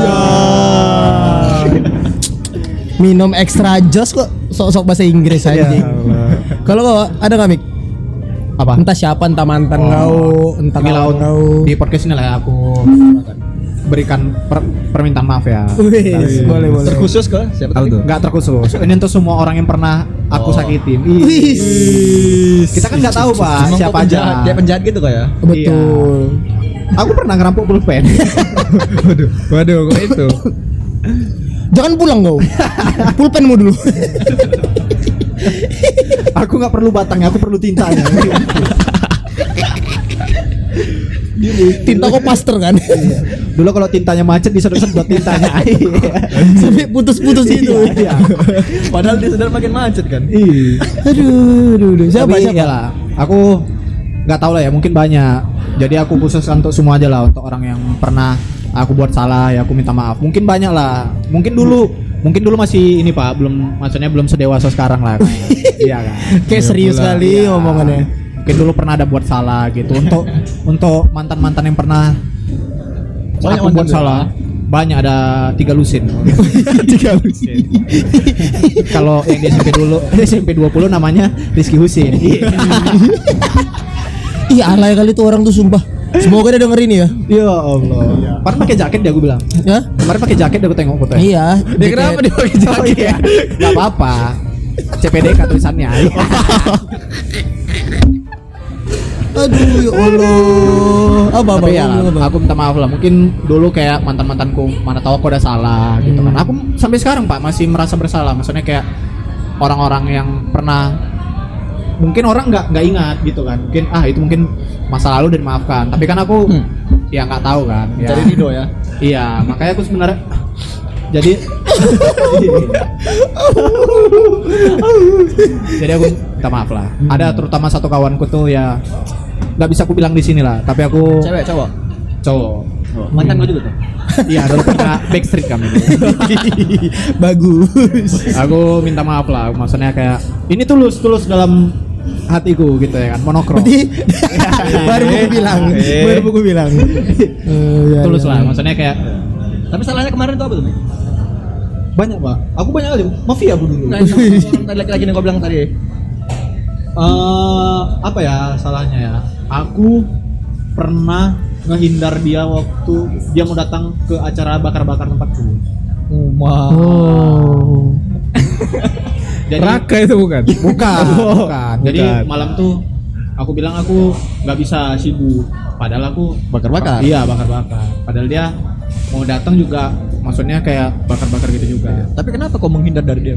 Minum extra jos kok sok-sok bahasa Inggris aja. Kalau kau ada nggak Mik? Apa? Entah siapa, entah mantan kau, entah Ini kawan laut kau. di podcast ini lah ya, aku berikan permintaan maaf ya. Wih, boleh. Terkhusus ke siapa tadi? Enggak terkhusus. Ini untuk semua orang yang pernah aku sakitin. Wih, Kita kan nggak tahu Pak Emang siapa kok penjahat? aja. Dia penjahat gitu kayak. betul. Aku pernah ngerampok pulpen. Waduh, kok itu? Jangan pulang kau. Pulpenmu dulu. Aku nggak perlu batangnya, aku perlu tintanya. Tinta kok master kan? Dulu kalau tintanya macet disedot-sedot tintanya. Sampai putus-putus itu. Iya. Padahal dia sedang makin macet kan. Iya. Aduh. Siapa? Tapi iyalah, aku nggak tahu lah ya, mungkin banyak. Jadi aku khususkan untuk semua aja lah, untuk orang yang pernah aku buat salah ya aku minta maaf. Mungkin banyak lah. Mungkin dulu masih ini Pak, maksudnya belum sedewasa sekarang lah. Iya kan. Kayak serius kali Iya. omongannya. Mungkin dulu pernah ada buat salah gitu. Untuk mantan-mantan yang pernah Banyak aku mantan buat juga. salah. Banyak, ada 3 lusin. 3 lusin. Kalau yang di SMP 20 namanya Rizky Husin. Iya, alay kali tuh orang tuh sumpah. Semoga dia denger ini ya. Ya Allah. Kemarin pakai jaket dia, aku bilang. Ya? Kemarin pakai jaket dia, aku tengok fotonya. Iya. Dia kenapa dia pakai Oh jaket? iya. Gak apa-apa. CPDK tulisannya. Aduh ya Allah. Apa? Tapi ya, aku minta maaf lah. Mungkin dulu kayak mantanku, mana tahu aku udah salah gitu kan. Aku sampai sekarang Pak masih merasa bersalah. Maksudnya kayak orang-orang yang pernah, mungkin orang nggak ingat gitu kan. Mungkin itu mungkin masa lalu dan maafkan. Tapi kan aku ya nggak tahu kan. Ya. Cari Dido ya. Iya, makanya aku sebenarnya jadi aku minta maaf lah. Ada terutama satu kawanku tuh ya nggak bisa aku bilang di sini lah. Tapi aku Cewek, cowok. cowok. Mantan gue juga tuh. Iya, dulu pernah backstreet kami. Bagus. Aku minta maaf lah. Maksudnya kayak ini tulus dalam hatiku gitu ya kan, monokrom. Berarti baru aku bilang. Tulus lah. Maksudnya kayak Tapi salahnya kemarin tuh apa tuh? Mek? banyak Pak. Aku banyak aja. Mafia aku dulu. Nah, yang tadi laki-laki yang gue bilang tadi. Apa ya salahnya ya? Aku pernah ngehindar dia waktu dia mau datang ke acara bakar-bakar tempatku. Oh. Jadi Raka itu bukan? bukan. Jadi bukan. malam tuh aku bilang aku nggak bisa sibuk. Padahal aku Bakar-bakar. Iya, bakar-bakar. Padahal dia mau datang juga maksudnya kayak bakar-bakar gitu juga. Tapi kenapa kau menghindar dari dia?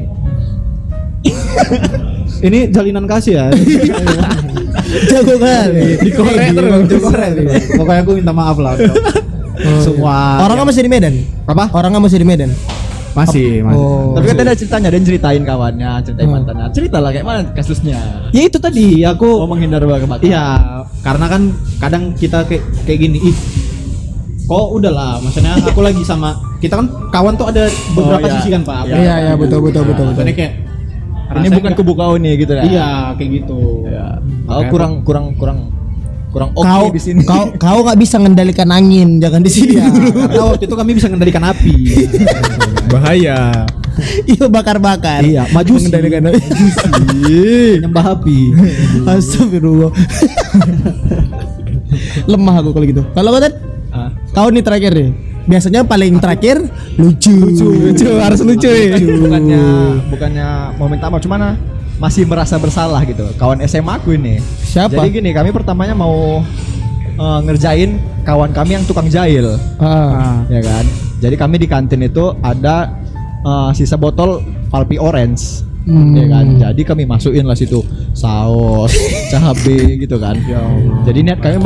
Ini jalinan kasih ya. Jago kali. Dikorek terus. Dikorek. Pokoknya aku minta maaf lah untuk semua. Orangnya masih di Medan? Apa? Orangnya masih di Medan? Masih. Oh. Tapi kan ada ceritanya, dia ceritain kawannya, ceritain mantannya. Cerita lah kayak mana kasusnya. Ya itu tadi aku menghindar ke mantan. Iya, karena kan kadang kita kayak gini, kok udahlah, maksudnya aku lagi sama kita kan kawan tuh ada beberapa sisi kan Pak. Iya betul. Maksudnya kayak ini bukan kubu kau nih gitu ya. Iya, kayak gitu. Iya. Kau kurang oke Kau di sini. Kau nggak bisa mengendalikan angin, jangan di sini. Iya, karena waktu itu kami bisa mengendalikan api. Bahaya. Iya bakar-bakar. Iya, majusi. Mengendalikan Nyembah api. Astagfirullah. Lemah aku kalau gitu. Kalau kau kau nih terakhir nih. Biasanya paling terakhir lucu harus lucu ya. Bukannya mau minta maaf, cuman masih merasa bersalah gitu. Kawan SMA aku ini. Siapa? Jadi gini, kami pertamanya mau ngerjain kawan kami yang tukang jahil. Ya kan. Jadi kami di kantin itu ada sisa botol pulpy orange. Ya kan. Jadi kami masukin lah situ saus, cabai gitu kan. Jadi niat kami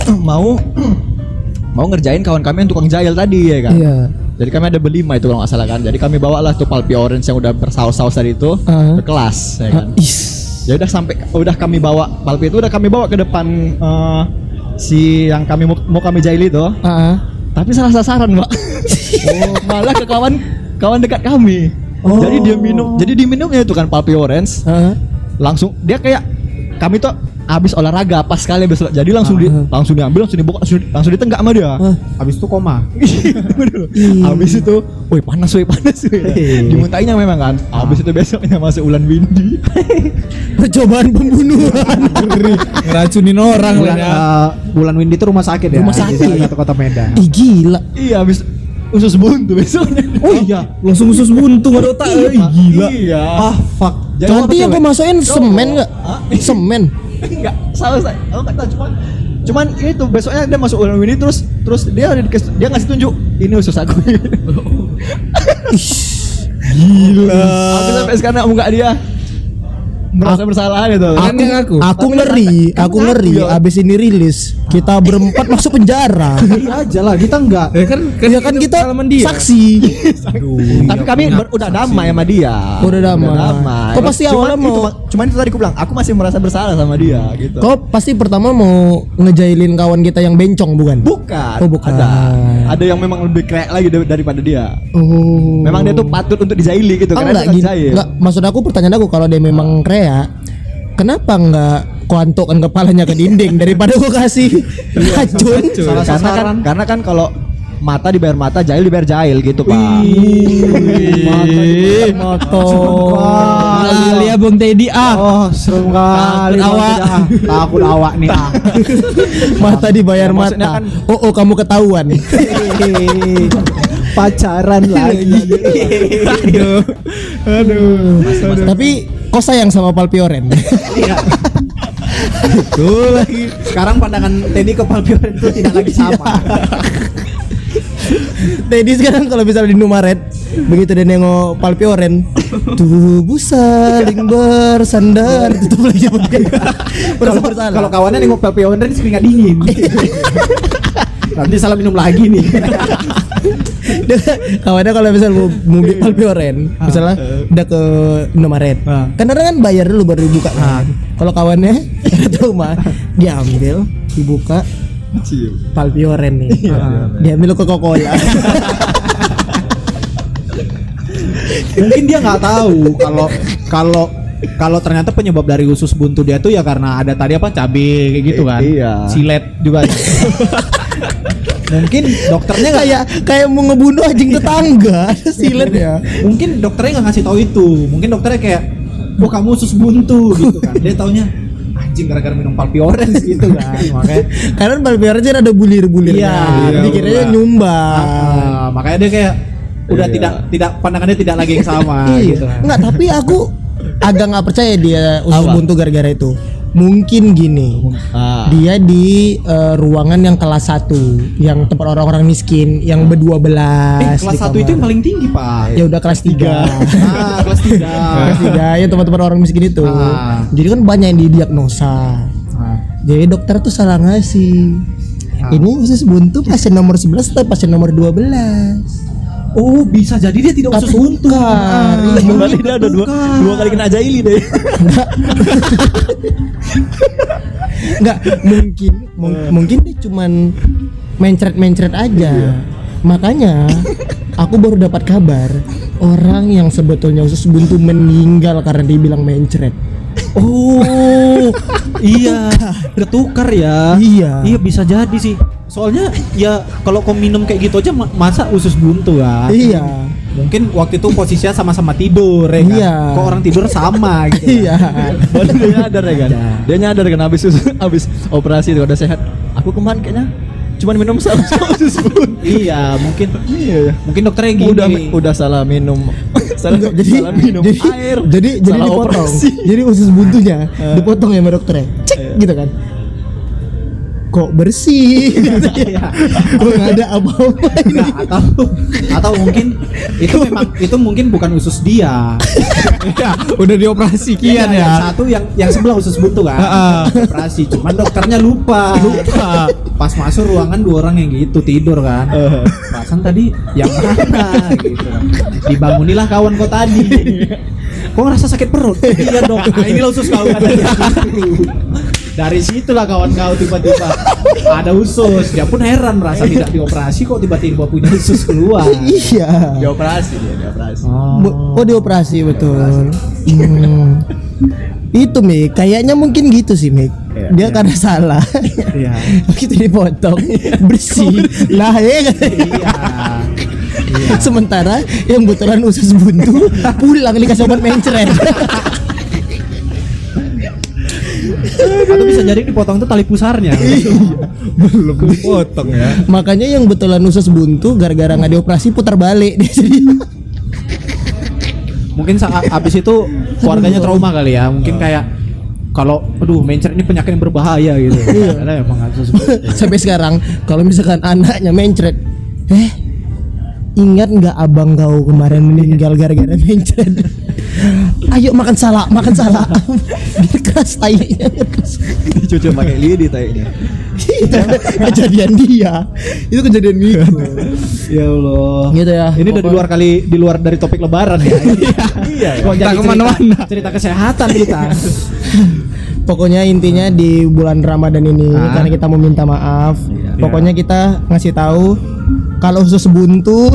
mau ngerjain kawan kami yang tukang jahil tadi ya kan. Iya. Jadi kami ada berlima itu kalau nggak salah kan. Jadi kami bawalah tuh pulpy orange yang udah bersaus-saus tadi itu ke kelas ya kan. Ya udah kami bawa pulpy itu udah kami bawa ke depan si yang kami mau kami jahil itu. Tapi salah sasaran, Mbak. Malah ke kawan dekat kami. Jadi dia minum. Jadi diminumnya itu kan pulpy orange. Langsung dia kayak kami tuh habis olahraga pas sekali besok. Jadi langsung diambil, langsung dibuka, langsung ditenggak sama dia. Habis itu koma. Habis itu, woi panas. Dimuntahinnya memang kan. Habis itu besoknya masuk Ulan Windy. Percobaan pembunuhan. Ngeracunin orang lah ya. Bulan Windy itu rumah sakit ya. Rumah sakit. Di salah satu kota Medan. Ih gila. Iya, habis usus buntu besoknya. Oh iya, langsung usus buntu ada otak. Gila. Iya. Fuck. Nanti yang kau masukin semen enggak? Semen. Enggak, salah saya. Aku enggak tahu cuman itu besoknya dia masuk Ulan Windy terus dia ngasih tunjuk ini usus aku. Gila. Aku sampai sekarang enggak dia merasa bersalah gitu. Aku ngeri. Abis ini rilis, kita berempat masuk penjara. Iya aja lah, kita enggak. Ya kan kita saksi. Tapi kami udah damai sama dia. Udah damai. Kau pasti awalnya mau. Cuman itu tadi aku bilang, aku masih merasa bersalah sama dia gitu. Kau pasti pertama mau ngejailin kawan kita yang bencong bukan? Bukan. Oh bukan. Ada yang memang lebih keren lagi daripada dia. Oh. Memang dia tuh patut untuk dijaili gitu karena dia jahil. Enggak, maksud aku pertanyaan aku kalau dia memang krea, kenapa enggak kau antukkan kepalanya ke dinding daripada kau kasih racun? Karena kan kalau mata dibayar mata, jahil dibayar jahil gitu, Pak. Mata. Lihat Bung Teddy Oh, serem kali. Takut awak nih. Mata dibayar mata. Oh, kamu ketahuan. Pacaran lagi. Aduh. Tapi kau sayang sama pulpy orange. Iya. Itu lagi. Sekarang pandangan Teddy ke pulpy orange itu tidak lagi sama. Teddy sekarang kalau misalnya di Indomaret, begitu dia nengok pulpy orange, tubuh saling bersandar, tutup lagi Kalau kawannya nengok pulpy orange keringat dingin. Nanti salah minum lagi nih. Kawannya kalau misalnya mau beli pulpy orange, misalnya udah ke Indomaret, kan orang kan bayar dulu baru dibuka kan. Kalau kawannya nggak tahu mah, dia ambil, dibuka, pulpy orange nih, dia ambil Coca-Cola. Mungkin dia nggak tahu kalau ternyata penyebab dari usus buntu dia tuh ya karena ada tadi apa cabai kayak gitu kan. Iya. Silet juga. Mungkin dokternya kayak mau ngebunuh anjing tetangga, silet ya. Mungkin dokternya nggak ngasih tahu itu. Mungkin dokternya kayak, "Oh, kamu usus buntu" gitu kan. Dia taunya anjing gara-gara minum pulpy orange gitu kan. Makanya karena pulpy orange ada bulir-bulir. Iya, dikiranya nyumbang. Makanya dia kayak udah tidak pandangannya tidak lagi yang sama gitu kan. Enggak, tapi aku agak nggak percaya dia usus buntu gara-gara itu. Mungkin gini. Ah. Dia di ruangan yang kelas 1, yang tempat orang-orang miskin, yang ber-12. Kelas 1 itu yang paling tinggi, Pak. Ya udah kelas 3. Kelas 3. Kelas 3 ya tempat-tempat orang miskin itu. Jadi kan banyak yang didiagnosa. Jadi dokter tuh salah ngasih. Ini usus buntu pasien nomor 11 atau pasien nomor 12. Oh, bisa jadi dia tidak usus buntu. Berarti dia ada dua kali kena jaili deh. Enggak, mungkin dia cuman mencret aja. Makanya aku baru dapat kabar orang yang sebetulnya usus buntu meninggal karena dibilang mencret. Oh, iya, bertukar ya. Iya, bisa jadi sih. Soalnya ya kalau kau minum kayak gitu aja masa usus buntu kan? Iya. Mungkin waktu itu posisinya sama-sama tidur ya kan? Iya. Kok orang tidur sama gitu. Iya. Baru dia nyadar ya kan. Dia nyadar kan habis operasi itu udah sehat. Aku kemarin kayaknya cuman minum usus buntu. Iya, mungkin dokternya gini. Udah salah minum. salah minum air. Jadi salah dipotong. operasi. Jadi usus buntunya dipotong ya sama dokternya. Cek gitu kan. Kok bersih? Kok nggak ada apa-apa ini? Atau mungkin itu mungkin bukan usus dia. Ya, udah dioperasi kian Yang ya. satu yang sebelah usus buntu kan. Operasi, cuman dokternya lupa. Pas masuk ruangan 2 orang yang gitu tidur kan. Pasan tadi yang mana gitu. Dibangunilah kawan kau tadi. Kok ngerasa sakit perut? Iya dok. Nah, inilah usus kau katanya. Dari situlah kawan kau tiba-tiba ada usus. Dia pun heran merasa tidak dioperasi kok tiba-tiba punya usus keluar. Iya. Dioperasi. Dioperasi betul. Itu Mik, kayaknya mungkin gitu sih Mik. Dia karena salah. Iya. Begitu dipotong bersih. Lah ya. Iya. Sementara yang betulan usus buntu pulang dikasih obat mencret. Atau bisa jadi dipotong tuh tali pusarnya. Belum dipotong ya. Makanya yang betulan usus buntu gara-gara nggak dioperasi putar balik dia jadi. Mungkin saat abis itu keluarganya trauma kali ya. Mungkin kayak kalau mencret ini penyakit yang berbahaya gitu. Karena emang Sampai sekarang kalau misalkan anaknya mencret, ingat nggak abang kau kemarin meninggal gara-gara mencret? Ayo makan salak. Biar keras tainya. Dicuci pakai lidi tainya. Itu kejadian dia. Itu kejadian Miko. Ya Allah. Gitu ya. Ini udah di luar dari topik lebaran ya. Iya. Kok jadi kemana-mana. cerita kesehatan kita. Pokoknya intinya di bulan Ramadan ini karena kita mau minta maaf. Pokoknya kita ngasih tahu kalau usus buntu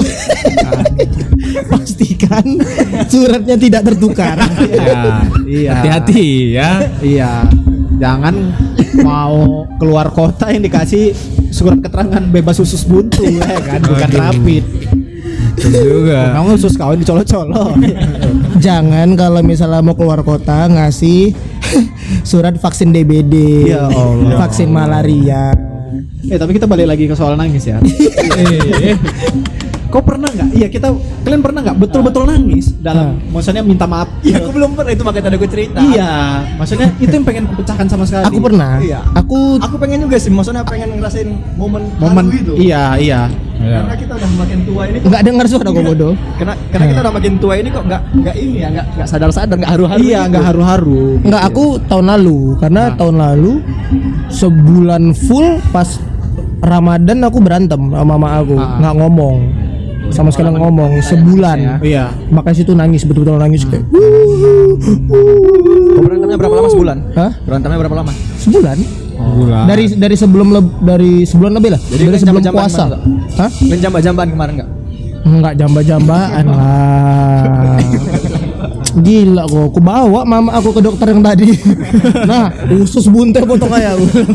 pastikan suratnya tidak tertukar. Iya. Hati-hati ya. Iya. Jangan mau keluar kota yang dikasih surat keterangan bebas usus buntu ya kan, bukan rapid. Juga. Kamu usus kau dicolok-colok. Jangan kalau misalnya mau keluar kota ngasih surat vaksin DBD, Ya Allah. vaksin malaria. Tapi kita balik lagi ke soal nangis ya. Kau pernah nggak? Kalian pernah nggak betul-betul nangis dalam, maksudnya minta maaf? Iya, aku belum pernah, itu makanya tadi aku cerita. Iya, maksudnya itu yang pengen kupecahkan sama sekali. Aku pernah. Iya. Aku pengen juga sih, maksudnya pengen ngerasain momen itu. Iya. Karena kita udah makin tua ini. nggak dengar suara kok bodoh. Karena kita udah makin tua ini kok nggak ini ya, nggak sadar-sadar, nggak haru-haru. Iya, nggak haru-haru. Nggak, aku tahun lalu karena tahun lalu sebulan full pas Ramadan aku berantem sama mama aku, nggak ngomong. Sama sekali nggak ngomong sebulan. Iya. Makanya situ nangis, betul-betul nangis kayak. Berantemnya berapa lama sebulan? Hah? Berantemnya berapa lama? Sebulan? Bulan. Dari sebulan lebih lah. Jadi dari kan sebelum jambak-jambakan puasa. enggak? Hah? Main jambak-jambakan kemarin enggak? Enggak jamba-jambaan lah. Gila kok, aku bawa mama aku ke dokter yang tadi. Nah, usus buntu potong aja.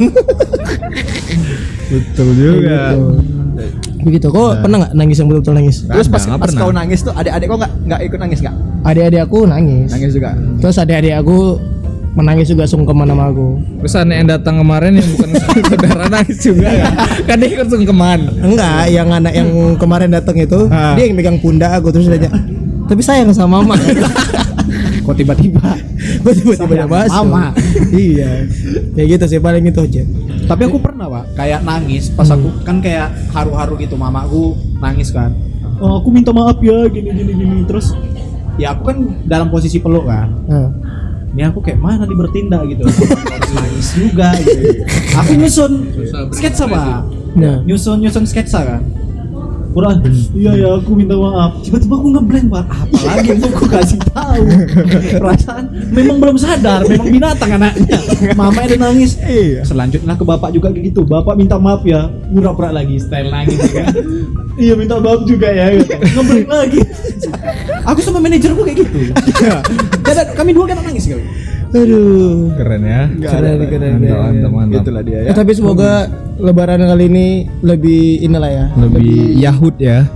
Betul juga. Begitu. Kok pernah nggak nangis yang betul-betul nangis? Terus pas Nggak pas pernah. kau nangis tuh adik-adik kau nggak ikut nangis nggak? Adik-adik aku nangis. Nangis juga. Terus adik-adik aku menangis juga sungkeman sama aku. Terus anak yang datang kemarin yang bukan saudara nangis juga ya. Kan dia ikut sungkeman. Enggak, yang anak yang kemarin datang itu dia yang megang pundak aku terus dia "Tapi sayang sama mama." Kok tiba-tiba Gue tiba-tiba masuk. Mama. Iya. Kayak gitu sih paling itu aja. Tapi aku pernah Pak kayak nangis pas aku kan kayak haru-haru gitu, mamaku nangis kan. Oh, aku minta maaf ya gini terus ya aku kan dalam posisi peluk kan. Ini aku kayak mana nih bertindak gitu. Harus nangis juga gitu. Aku nyusun sketsa Pak. Nyusun sketsa kan. Kurang, iya ya aku minta maaf. Tiba-tiba aku ngeblank Pak. Apalagi yang mau aku kasih tahu. Perasaan memang belum sadar, memang binatang anaknya. Mama ada nangis. Selanjutnya ke bapak juga kayak gitu. Bapak minta maaf ya. Pura-pura lagi style nangis kan. Iya minta maaf juga ya. Ngeblank lagi. Aku sama manajerku kayak gitu. Jadi kami dua kan nangis kali. Aduh. Keren ya. Keren. Mantap. Itulah dia ya. Tapi semoga lebaran kali ini lebih inilah ya. Lebih Yahud ya.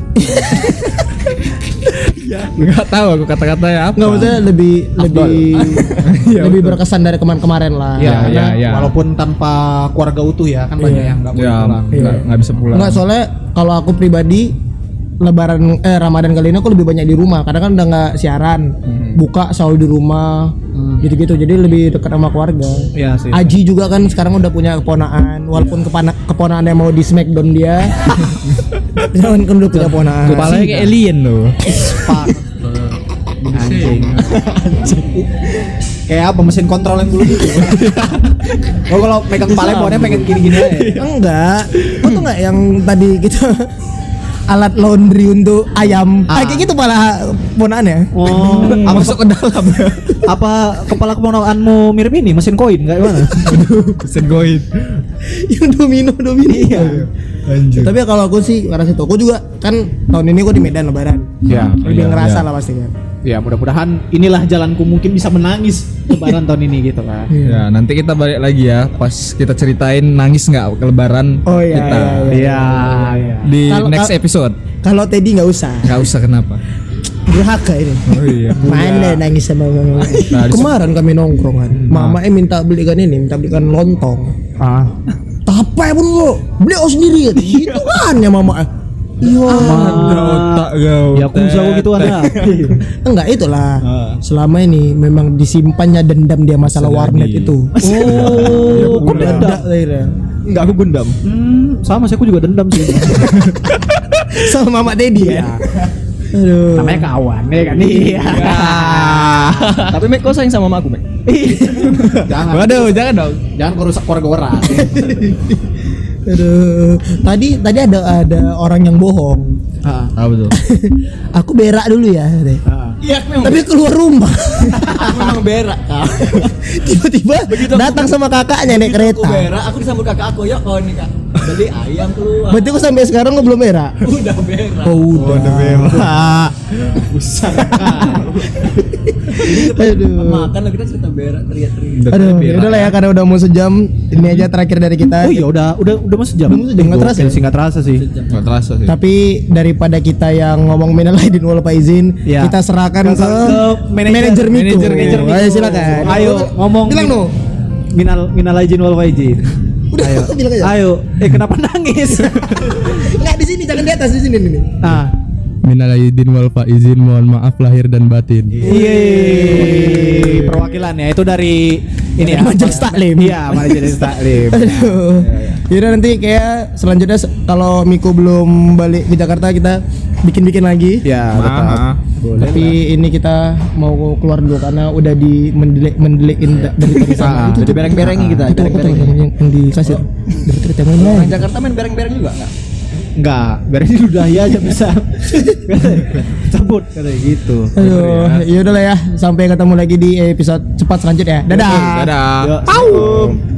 Enggak tahu aku kata-kata ya apa. Enggak, maksudnya lebih Iya, lebih betul. berkesan dari kemarin-kemarin lah. Iya. Walaupun tanpa keluarga utuh ya kan banyak yang nggak boleh Ya, pulang. nggak bisa pulang. Enggak, soalnya kalau aku pribadi lebaran Ramadan kali ini aku lebih banyak di rumah karena kan udah nggak siaran. Buka selalu di rumah. Gitu-gitu. Jadi lebih dekat sama keluarga. Iya sih. Aji juga kan sekarang udah punya keponaan, walaupun keponaan yang mau di smackdown dia. Jangan kan udah punya keponaan. Kepalanya kayak alien loh. Pak. Anjing. Kayak apa mesin kontrol yang dulu gitu. Oh kalau megang kepala pohonnya pengen gini-gini aja. Enggak. Kok tuh enggak yang tadi kita alat laundry untuk ayam. Kayak gitu malah ponaannya. Oh, Masuk ke dalam. apa kepala keponakanmu mirip ini mesin koin enggak gimana? Mesin goit. Yang domino. Iya. Anjir. Tapi kalau aku sih ngerasa itu. Aku juga kan tahun ini aku di Medan lebaran. Ya, Lebih ngerasa iya. lah pastinya. Ya mudah-mudahan inilah jalanku mungkin bisa menangis lebaran tahun ini gitu kan. Ya, nanti kita balik lagi ya pas kita ceritain nangis nggak ke lebaran Oh iya. kita. Iya. Di Kalau- next episode. Kalau Teddy nggak usah. Nggak usah kenapa? Durhaka ini. Oh iya. Mana nangis sama mama. Kemarin kami nongkrongan. Mama minta belikan lontong. Tapai pun lo beli sendiri. Itu kan ya mama. Iya. Ada otak kau. Ya aku jago gitu ada. Enggak itulah. Selama ini memang disimpannya dendam dia masalah warnet itu. Oh, kok Meledak dendam? akhirnya. Enggak, aku gundam. Sama sih aku juga dendam sih. Sama Mama Teddy ya. Aduh. Namanya kawan ya kan. Iya. Tapi Mek, kau sayang sama mama aku, Mek? Jangan. Waduh, jangan dong. Jangan merusak keluarga orang. Aduh. Tadi ada orang yang bohong. Ah betul. Aku berak dulu ya. Iya, memang. Tapi keluar rumah. Memang berak. Tiba-tiba datang sama kakaknya naik Aku kereta. berak, aku disambut kakak aku, yuk kau nih kak. Beli ayam keluar. Berarti aku sampai sekarang belum berak. Udah berak. Oh, udah berak. Besar. Aduh. Makan lah kita cerita berak teriak-teriak. Aduh, udah lah ya karena udah mau sejam. Ini aja terakhir dari kita. Oh iya udah mau sejam. Udah mau sejam, nggak terasa ya? Gokil sih, nggak terasa sih. Nggak terasa sih. Tapi daripada kita yang ngomong minal aidin wal faizin, Ya. kita serahkan ke manajer Miko. Manajer Miko. Ayo silakan. Ayo ngomong. Bilang no. Minal aidin wal faizin. Udah, Ayo. bilang aja. Ayo. Kenapa nangis? Enggak di sini, jangan di atas, di sini nih. Nah. Minal aidin wal faizin, mohon maaf lahir dan batin. Iya. Perwakilan ya itu dari ini ya. Majelis Taklim. Iya, Majelis Taklim. Aduh. Yaudah nanti kayak selanjutnya kalau Miko belum balik ke Jakarta kita bikin lagi. Ya, tetap. Boleh. Tapi ini kita mau keluar dulu karena udah di mendelekin dari tadi sana. Jadi bereng-berengin kita, Itu apa tuh bereng-berengin. yang di kasir. Dari tadi yang Orang lain. Jakarta main bereng-bereng juga enggak? Enggak, beresin ludahi aja bisa. Cabut katanya gitu. Aduh, yaudah lah ya. Sampai ketemu lagi di episode cepat selanjutnya. Dadah. Dadah. Yuk, assalamualaikum.